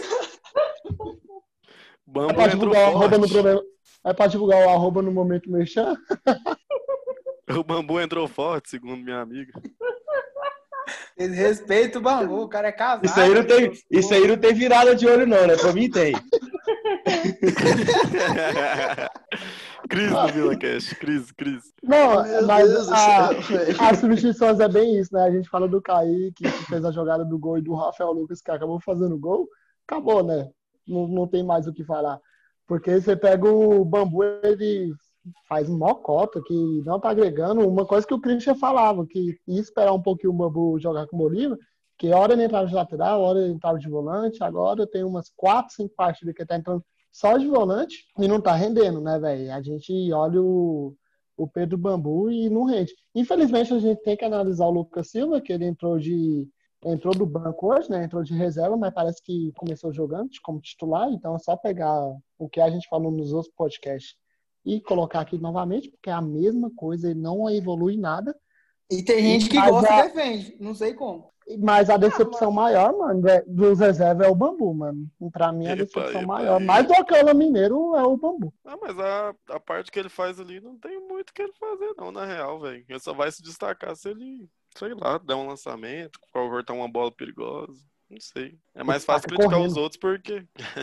S1: É
S2: Bambu
S1: pra
S2: entrou
S1: divulgar o arroba no
S2: forte.
S1: problema. É pra divulgar o arroba no momento merchan?
S2: O Bambu entrou forte, segundo minha amiga.
S3: Respeita o Bambu, o cara é casado.
S5: Isso aí não tem, isso aí não tem virada de olho, não, né? Pra mim tem.
S2: Cris do VilaCast. Cris, Cris.
S1: Não,
S6: Meu
S1: mas
S6: Deus do
S1: a,
S6: céu, velho.
S1: as substituições é bem isso, né? A gente fala do Kaique, que fez a jogada do gol, e do Rafael Lucas, que acabou fazendo o gol. Acabou, né? Não, não tem mais o que falar. Porque você pega o Bambu, ele faz mó cota, que não tá agregando. Uma coisa que o Christian falava, que ia esperar um pouquinho o Bambu jogar com o Bolívar, que hora ele entrava de lateral, hora ele entrava de volante. Agora tem umas quatro, cinco partidas que ele tá entrando só de volante e não tá rendendo, né, velho? A gente olha o, o Pedro Bambu e não rende. Infelizmente, a gente tem que analisar o Lucas Silva, que ele entrou de entrou do banco hoje, né? Entrou de reserva, mas parece que começou jogando como titular, então é só pegar o que a gente falou nos outros podcasts e colocar aqui novamente, porque é a mesma coisa, ele não evolui nada.
S3: E tem gente que
S1: Mas
S3: gosta
S1: a-
S3: e defende. Não sei como.
S1: Mas a decepção maior, mano, é- dos reservas é o Bambu, mano. Pra mim, a
S2: Epa,
S1: decepção
S2: epa,
S1: maior,
S2: e-
S1: mais do que o Alan Mineiro, é o Bambu.
S2: Ah, mas a, a parte que ele faz ali não tem muito o que ele fazer, não, na real, velho. Ele só vai se destacar se ele, sei lá, der um lançamento, cortar uma bola perigosa. Não sei. É mais fácil
S1: Tá
S2: criticar
S1: correndo.
S2: os outros porque.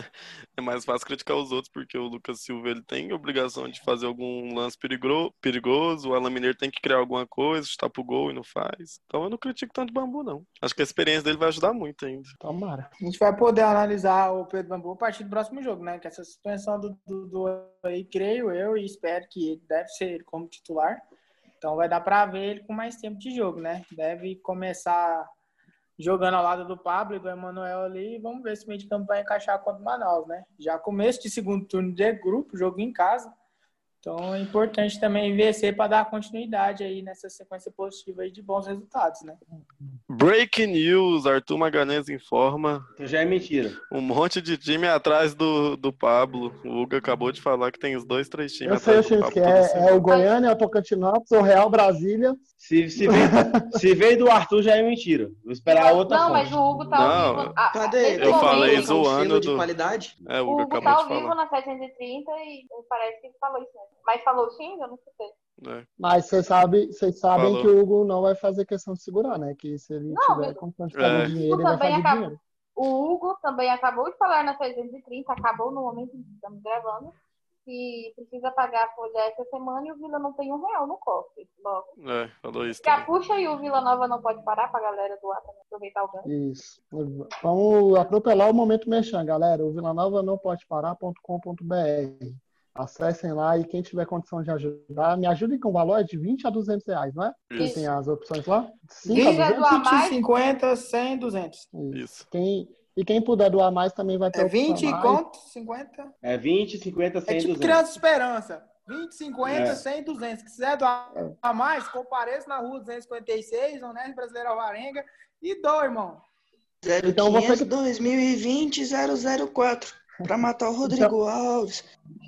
S2: É mais fácil criticar os outros porque o Lucas Silva ele tem a obrigação de fazer algum lance perigro- perigoso, o Alan Mineiro tem que criar alguma coisa, chutar pro gol e não faz. Então eu não critico tanto o Bambu, não. Acho que a experiência dele vai ajudar muito ainda.
S1: Tomara.
S3: A gente vai poder analisar o Pedro Bambu a partir do próximo jogo, né? Que essa suspensão do Dudu aí, creio eu, e espero que ele deve ser ele como titular. Então vai dar para ver ele com mais tempo de jogo, né? Deve começar jogando ao lado do Pablo e do Emanuel ali. E vamos ver se o meio de campo vai encaixar contra o Manaus, né? Já começo de segundo turno de grupo, jogo em casa. Então é importante também vencer para dar continuidade aí nessa sequência positiva aí de bons resultados, né?
S2: Breaking news, Arthur Magalhães informa
S5: Isso já é mentira.
S2: um monte de time atrás do, do Pablo. O Hugo acabou de falar que tem os dois, três times
S1: Eu sei
S2: atrás
S1: os
S2: do
S1: times
S2: Pablo.
S1: que
S2: todo
S1: é,
S2: semana.
S1: é o Goiânia, é o Tocantinópolis, o Real Brasília.
S5: Se, se, veio, se veio do Arthur, já é mentira. Vou esperar outra
S4: Não,
S5: fonte.
S4: mas o Hugo tá
S2: Não,
S4: ao vivo. Ah,
S6: Cadê?
S4: nesse
S2: Eu
S6: Tem que
S2: falei
S4: momento,
S6: colocar o
S2: zoando
S6: selo de
S2: do-
S6: qualidade?
S2: É, o
S4: o
S2: Hugo
S4: Hugo
S2: acabou
S4: tá
S2: de
S4: ao vivo
S2: falar.
S4: na setecentos e trinta e parece que falou isso mesmo. Mas falou sim? Eu não sei.
S2: É.
S1: Mas vocês sabem, vocês sabem
S2: Falou.
S1: que o Hugo não vai fazer questão de segurar, né? Que se ele
S4: Não,
S1: tiver
S4: mas-
S1: condição de fazer
S2: É.
S1: dinheiro, ele
S4: O
S1: vai
S4: também
S1: fazer
S4: acabou-
S1: dinheiro.
S4: O Hugo também acabou de falar na setecentos e trinta, acabou no momento em que estamos gravando, que precisa pagar a folha essa semana e o Vila não tem um real no cofre. Logo.
S2: É, falou isso
S4: Já
S2: também.
S4: puxa e o Vila Nova não pode parar pra galera do ar também aproveitar o ganho.
S1: Isso. Vamos atropelar o momento mexendo, galera. O Vila Nova não pode parar ponto com ponto b r. Acessem lá e quem tiver condição de ajudar, me ajudem com valor de vinte a duzentos reais, não é? Quem
S2: Isso.
S1: tem as opções lá? cinco a
S4: Vinte a
S1: duzentos?
S4: doar
S3: vinte,
S4: mais?
S3: cinquenta, cem, duzentos.
S1: Isso.
S2: Isso.
S1: Quem, e quem puder doar mais também vai ter
S3: É
S1: opção
S3: vinte
S1: mais.
S3: conto, cinquenta.
S5: É vinte, cinquenta,
S3: É
S5: cem,
S3: tipo
S5: duzentos.
S3: Criança Esperança. vinte, cinquenta,
S5: É.
S3: cem, duzentos. Se quiser doar mais, compareça na rua duzentos e cinquenta e seis, Onésio Brasileiro Alvarenga, e doa, irmão.
S1: Então você
S6: zero quinhentos
S1: que-
S6: dois mil e vinte zero zero quatro pra matar o Rodrigo Alves.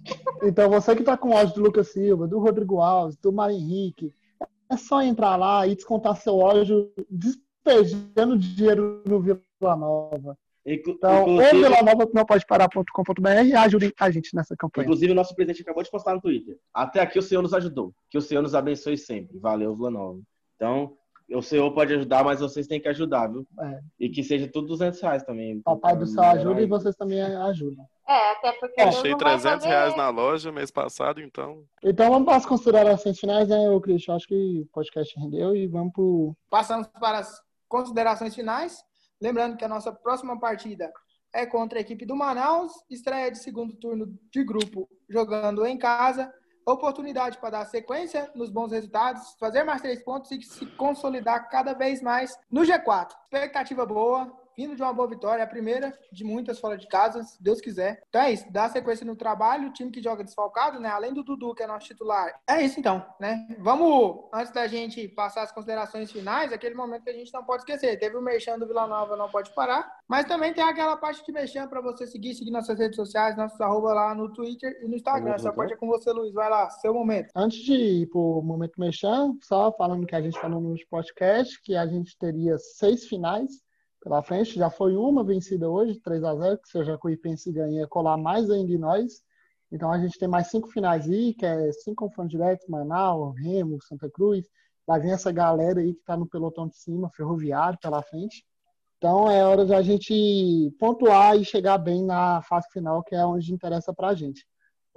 S1: Então você que tá com ódio do Lucas Silva, do Rodrigo Alves, do Mário Henrique, é só entrar lá e descontar seu ódio despejando dinheiro no Vila Nova.
S5: Inclu-
S1: Então, o
S5: inclusive,
S1: Vila Nova não pode parar ponto com ponto b r e ajudem a gente nessa campanha.
S5: inclusive, o nosso presidente acabou de postar no Twitter. Até aqui o Senhor nos ajudou. Que o Senhor nos abençoe sempre. Valeu, Vila Nova. Então, o Senhor pode ajudar, mas vocês têm que ajudar, viu?
S1: É.
S5: E que seja tudo duzentos reais também.
S1: Papai do céu ajuda e vocês também ajudam.
S4: É, até porque
S1: É,
S4: Deus
S2: Achei
S4: não vai
S2: trezentos
S4: fazer...
S2: reais na loja mês passado, então.
S1: Então vamos para as considerações finais, né, ô Cristian? Acho que o podcast rendeu e vamos pro.
S3: Passamos para as considerações finais. Lembrando que a nossa próxima partida é contra a equipe do Manaus. Estreia de segundo turno de grupo jogando em casa. Oportunidade para dar sequência nos bons resultados, fazer mais três pontos e se consolidar cada vez mais no G quatro. Expectativa boa, vindo de uma boa vitória, a primeira de muitas fora de casa, se Deus quiser. Então é isso, dá sequência no trabalho, o time que joga desfalcado, né? Além do Dudu, que é nosso titular. É isso então, né? Vamos, antes da gente passar as considerações finais, aquele momento que a gente não pode esquecer. Teve o merchan do Vila Nova, não pode parar, mas também tem aquela parte de merchan para você seguir, seguir nossas redes sociais, nossos arroba lá no Twitter e no Instagram. Essa parte é com você, Luiz. Vai lá, seu momento.
S1: Antes de ir pro momento mexer, só falando que a gente falou nos podcasts, que a gente teria seis finais pela frente. Já foi uma vencida hoje, três a zero, que se o Jacuipense ganha, ia colar mais ainda em nós. Então a gente tem mais cinco finais aí, que é cinco confrontos diretos, Manaus, Remo, Santa Cruz. Vai vir essa galera aí que tá no pelotão de cima, Ferroviário pela frente. Então é hora de a gente pontuar e chegar bem na fase final, que é onde interessa pra gente.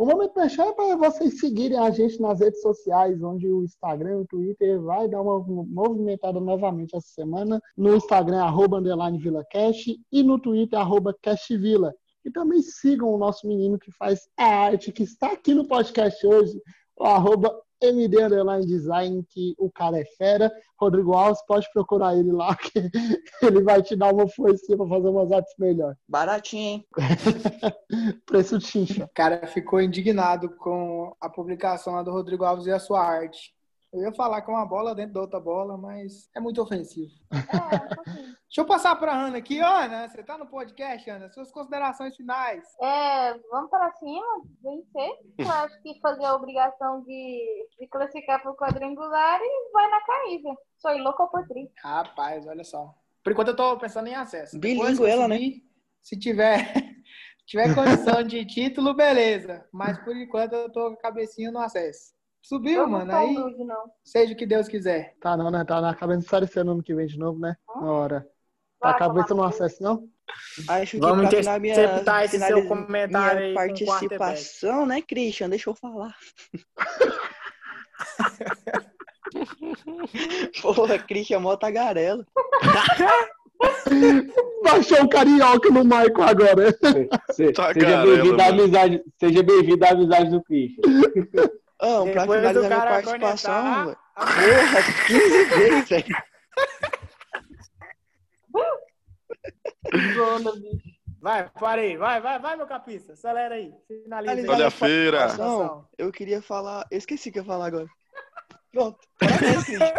S1: O Momento Merchan é para vocês seguirem a gente nas redes sociais, onde o Instagram e o Twitter vai dar uma movimentada novamente essa semana. No Instagram, arroba underline VilaCast e no Twitter, arroba CastVila. E também sigam o nosso menino que faz a arte, que está aqui no podcast hoje, o arroba M D Underline Design, que o cara é fera. Rodrigo Alves, pode procurar ele lá, que ele vai te dar uma forcinha para fazer umas artes melhores.
S6: Baratinho, hein?
S1: Preço chincha.
S3: O cara ficou indignado com a publicação lá do Rodrigo Alves e a sua arte. Eu ia falar que é uma bola dentro da outra bola, mas é muito ofensivo.
S4: É, um pouquinho.
S3: Deixa eu passar para a Ana aqui. Ana, você tá no podcast, Ana? Suas considerações finais.
S4: É, vamos para cima, vencer. Eu acho que fazer a obrigação de, de classificar para o quadrangular e vai na caída. Sou louca por tri.
S3: Rapaz, olha só. Por enquanto eu tô pensando em acesso.
S6: Bilíngue
S3: Depois que eu
S6: ela, né?
S3: subir, se tiver, tiver condição de título, beleza. Mas por enquanto eu tô com a cabecinha no acesso. Subiu,
S4: Eu não
S3: mano,
S4: sou
S3: aí
S4: humilde, não.
S3: seja o que Deus quiser.
S1: Tá não, né? Tá na cabeça do Série C no ano que vem de novo, né? Na hora. Tá
S4: Vai
S1: a cabeça
S4: tomar
S1: no
S4: no cu.
S1: acesso, não?
S6: Acho que
S3: Vamos
S6: pra final minha,
S3: interceptar esse seu
S6: finaliz-
S3: comentário
S6: minha
S3: aí com o
S6: participação, né, Christian? Deixa eu falar. Porra, Christian, mó tagarela.
S1: Baixou o carioca no Michael agora.
S5: Se-
S2: Tá
S5: seja
S2: garela,
S5: bem-vindo à
S2: mano.
S5: amizade, seja bem-vindo à amizade do Christian.
S6: Ah, pra
S3: Depois
S6: finalizar
S3: do
S6: minha
S3: cara
S6: participação,
S3: cornetar,
S6: velho. Porra, quinze vezes, velho.
S4: Zona, bicho.
S3: Vai, parei. Vai, vai, vai, meu capista. Acelera aí. Finaliza aí.
S6: Finalizar
S2: Olha a
S6: minha
S2: feira.
S6: participação, eu queria falar. Eu esqueci o que eu ia falar agora. Pronto. Parabéns, Christian.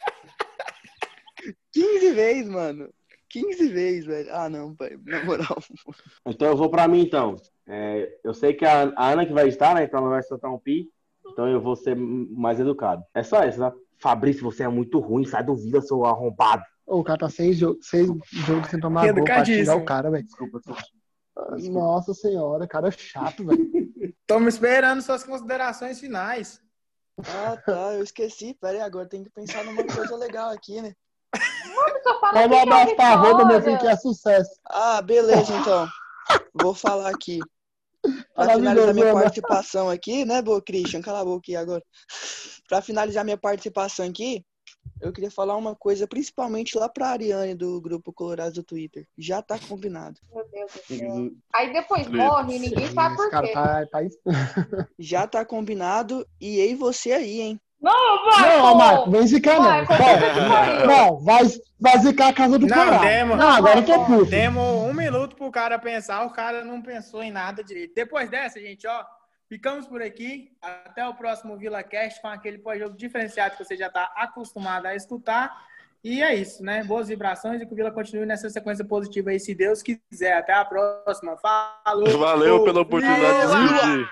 S6: quinze vezes, mano. quinze vezes, velho. Ah, não, pai. Na moral.
S5: Então eu vou pra mim, então. É, eu sei que a, a Ana que vai estar, né? Então ela vai soltar um pi. Então eu vou ser mais educado. É só isso, né? Fabrício, você é muito ruim. Sai do Vila, seu arrombado.
S1: Ô, o cara tá seis jogos, seis jogos sem tomar gol pra
S3: Educadíssimo.
S1: xingar o cara, velho.
S5: Desculpa, desculpa.
S1: Nossa senhora, cara chato, velho.
S3: Estamos esperando suas considerações finais.
S6: Ah, tá. Eu esqueci. Pera aí, agora tem que pensar numa coisa legal aqui, né?
S4: Só fala
S1: Manda um
S4: que é
S1: abraço pra Arroba, meu filho,
S4: vitória.
S1: que é sucesso.
S6: Ah, beleza, então. Vou falar aqui. Pra
S1: Maravilhoso,
S6: finalizar minha
S1: Ana.
S6: participação aqui, né, Bo Christian? Cala a boca aqui agora. Pra finalizar minha participação aqui, eu queria falar uma coisa, principalmente lá pra Ariane do Grupo Colorado do Twitter. Já tá combinado.
S4: Meu Deus do céu. Aí depois
S2: Sim.
S4: morre e ninguém sabe
S1: Esse
S4: por
S1: cara
S4: quê.
S1: tá, tá...
S6: Já tá combinado e ei você aí, hein?
S4: Não, vai,
S1: Não,
S4: pô.
S1: Marco, vem zicar não.
S4: Vai, pô, puta que pariu.
S1: Não, vai, vai zicar a casa do
S3: Não,
S1: caralho.
S3: demo.
S1: Não, agora eu tô puto.
S3: Demos um minuto pro cara pensar, o cara não pensou em nada direito. Depois dessa, gente, ó, ficamos por aqui. Até o próximo VilaCast com aquele pós-jogo diferenciado que você já tá acostumado a escutar. E é isso, né? Boas vibrações e que o Vila continue nessa sequência positiva aí, se Deus quiser. Até a próxima. Falou!
S2: Valeu pela oportunidade de
S3: Vila!
S2: discutir.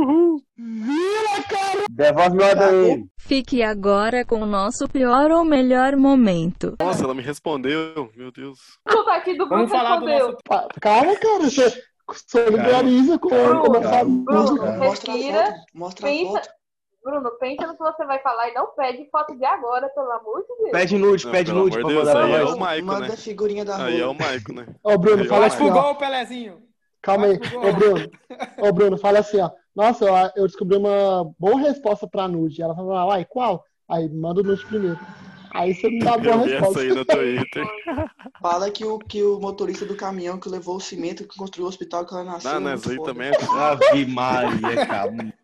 S5: Devolve meu aí.
S8: Fique agora com o nosso pior ou melhor momento.
S2: Nossa, ela me respondeu. Meu Deus.
S4: O Tati do
S3: Vamos
S4: grupo
S3: falar do
S4: respondeu.
S3: nosso...
S1: Pa- Calma, cara, você solidariza com
S6: Calma,
S1: como eu
S6: calma,
S1: falo.
S4: Bruno,
S6: Cara, mostra a
S4: respira,
S6: foto. Mostra a
S4: pensa.
S6: foto.
S4: Bruno, pensa no que você vai falar e não pede foto de agora, pelo amor de Deus.
S5: Pede nude,
S2: Não,
S5: pede
S2: pelo
S5: nude
S2: amor
S5: pra
S2: de Deus,
S5: mandar
S2: aí
S5: pra
S2: é
S5: nós.
S2: o Maico,
S6: Manda
S2: né?
S6: a figurinha da
S2: Aí é o
S6: rola.
S2: Maico, né?
S1: Ô, Bruno,
S2: Eu
S1: fala
S3: Bate
S1: assim,
S3: pro
S1: ó.
S3: gol, Pelezinho.
S1: Calma aí.
S3: Bate pro gol.
S1: Ô, Bruno. Ô, Bruno, fala assim, ó. Nossa, eu, eu descobri uma boa resposta pra nude. Ela falou, uai, qual? Aí, manda o nude primeiro. Aí você não dá boa
S2: Eu vi essa
S1: resposta.
S2: aí no Twitter.
S6: Fala que o, que o motorista do caminhão que levou o cimento que construiu o hospital que ela nasceu.
S2: Não,
S6: é
S2: não,
S6: muito
S2: essa aí
S6: foda.
S2: também é.
S5: Ave Maria, cara.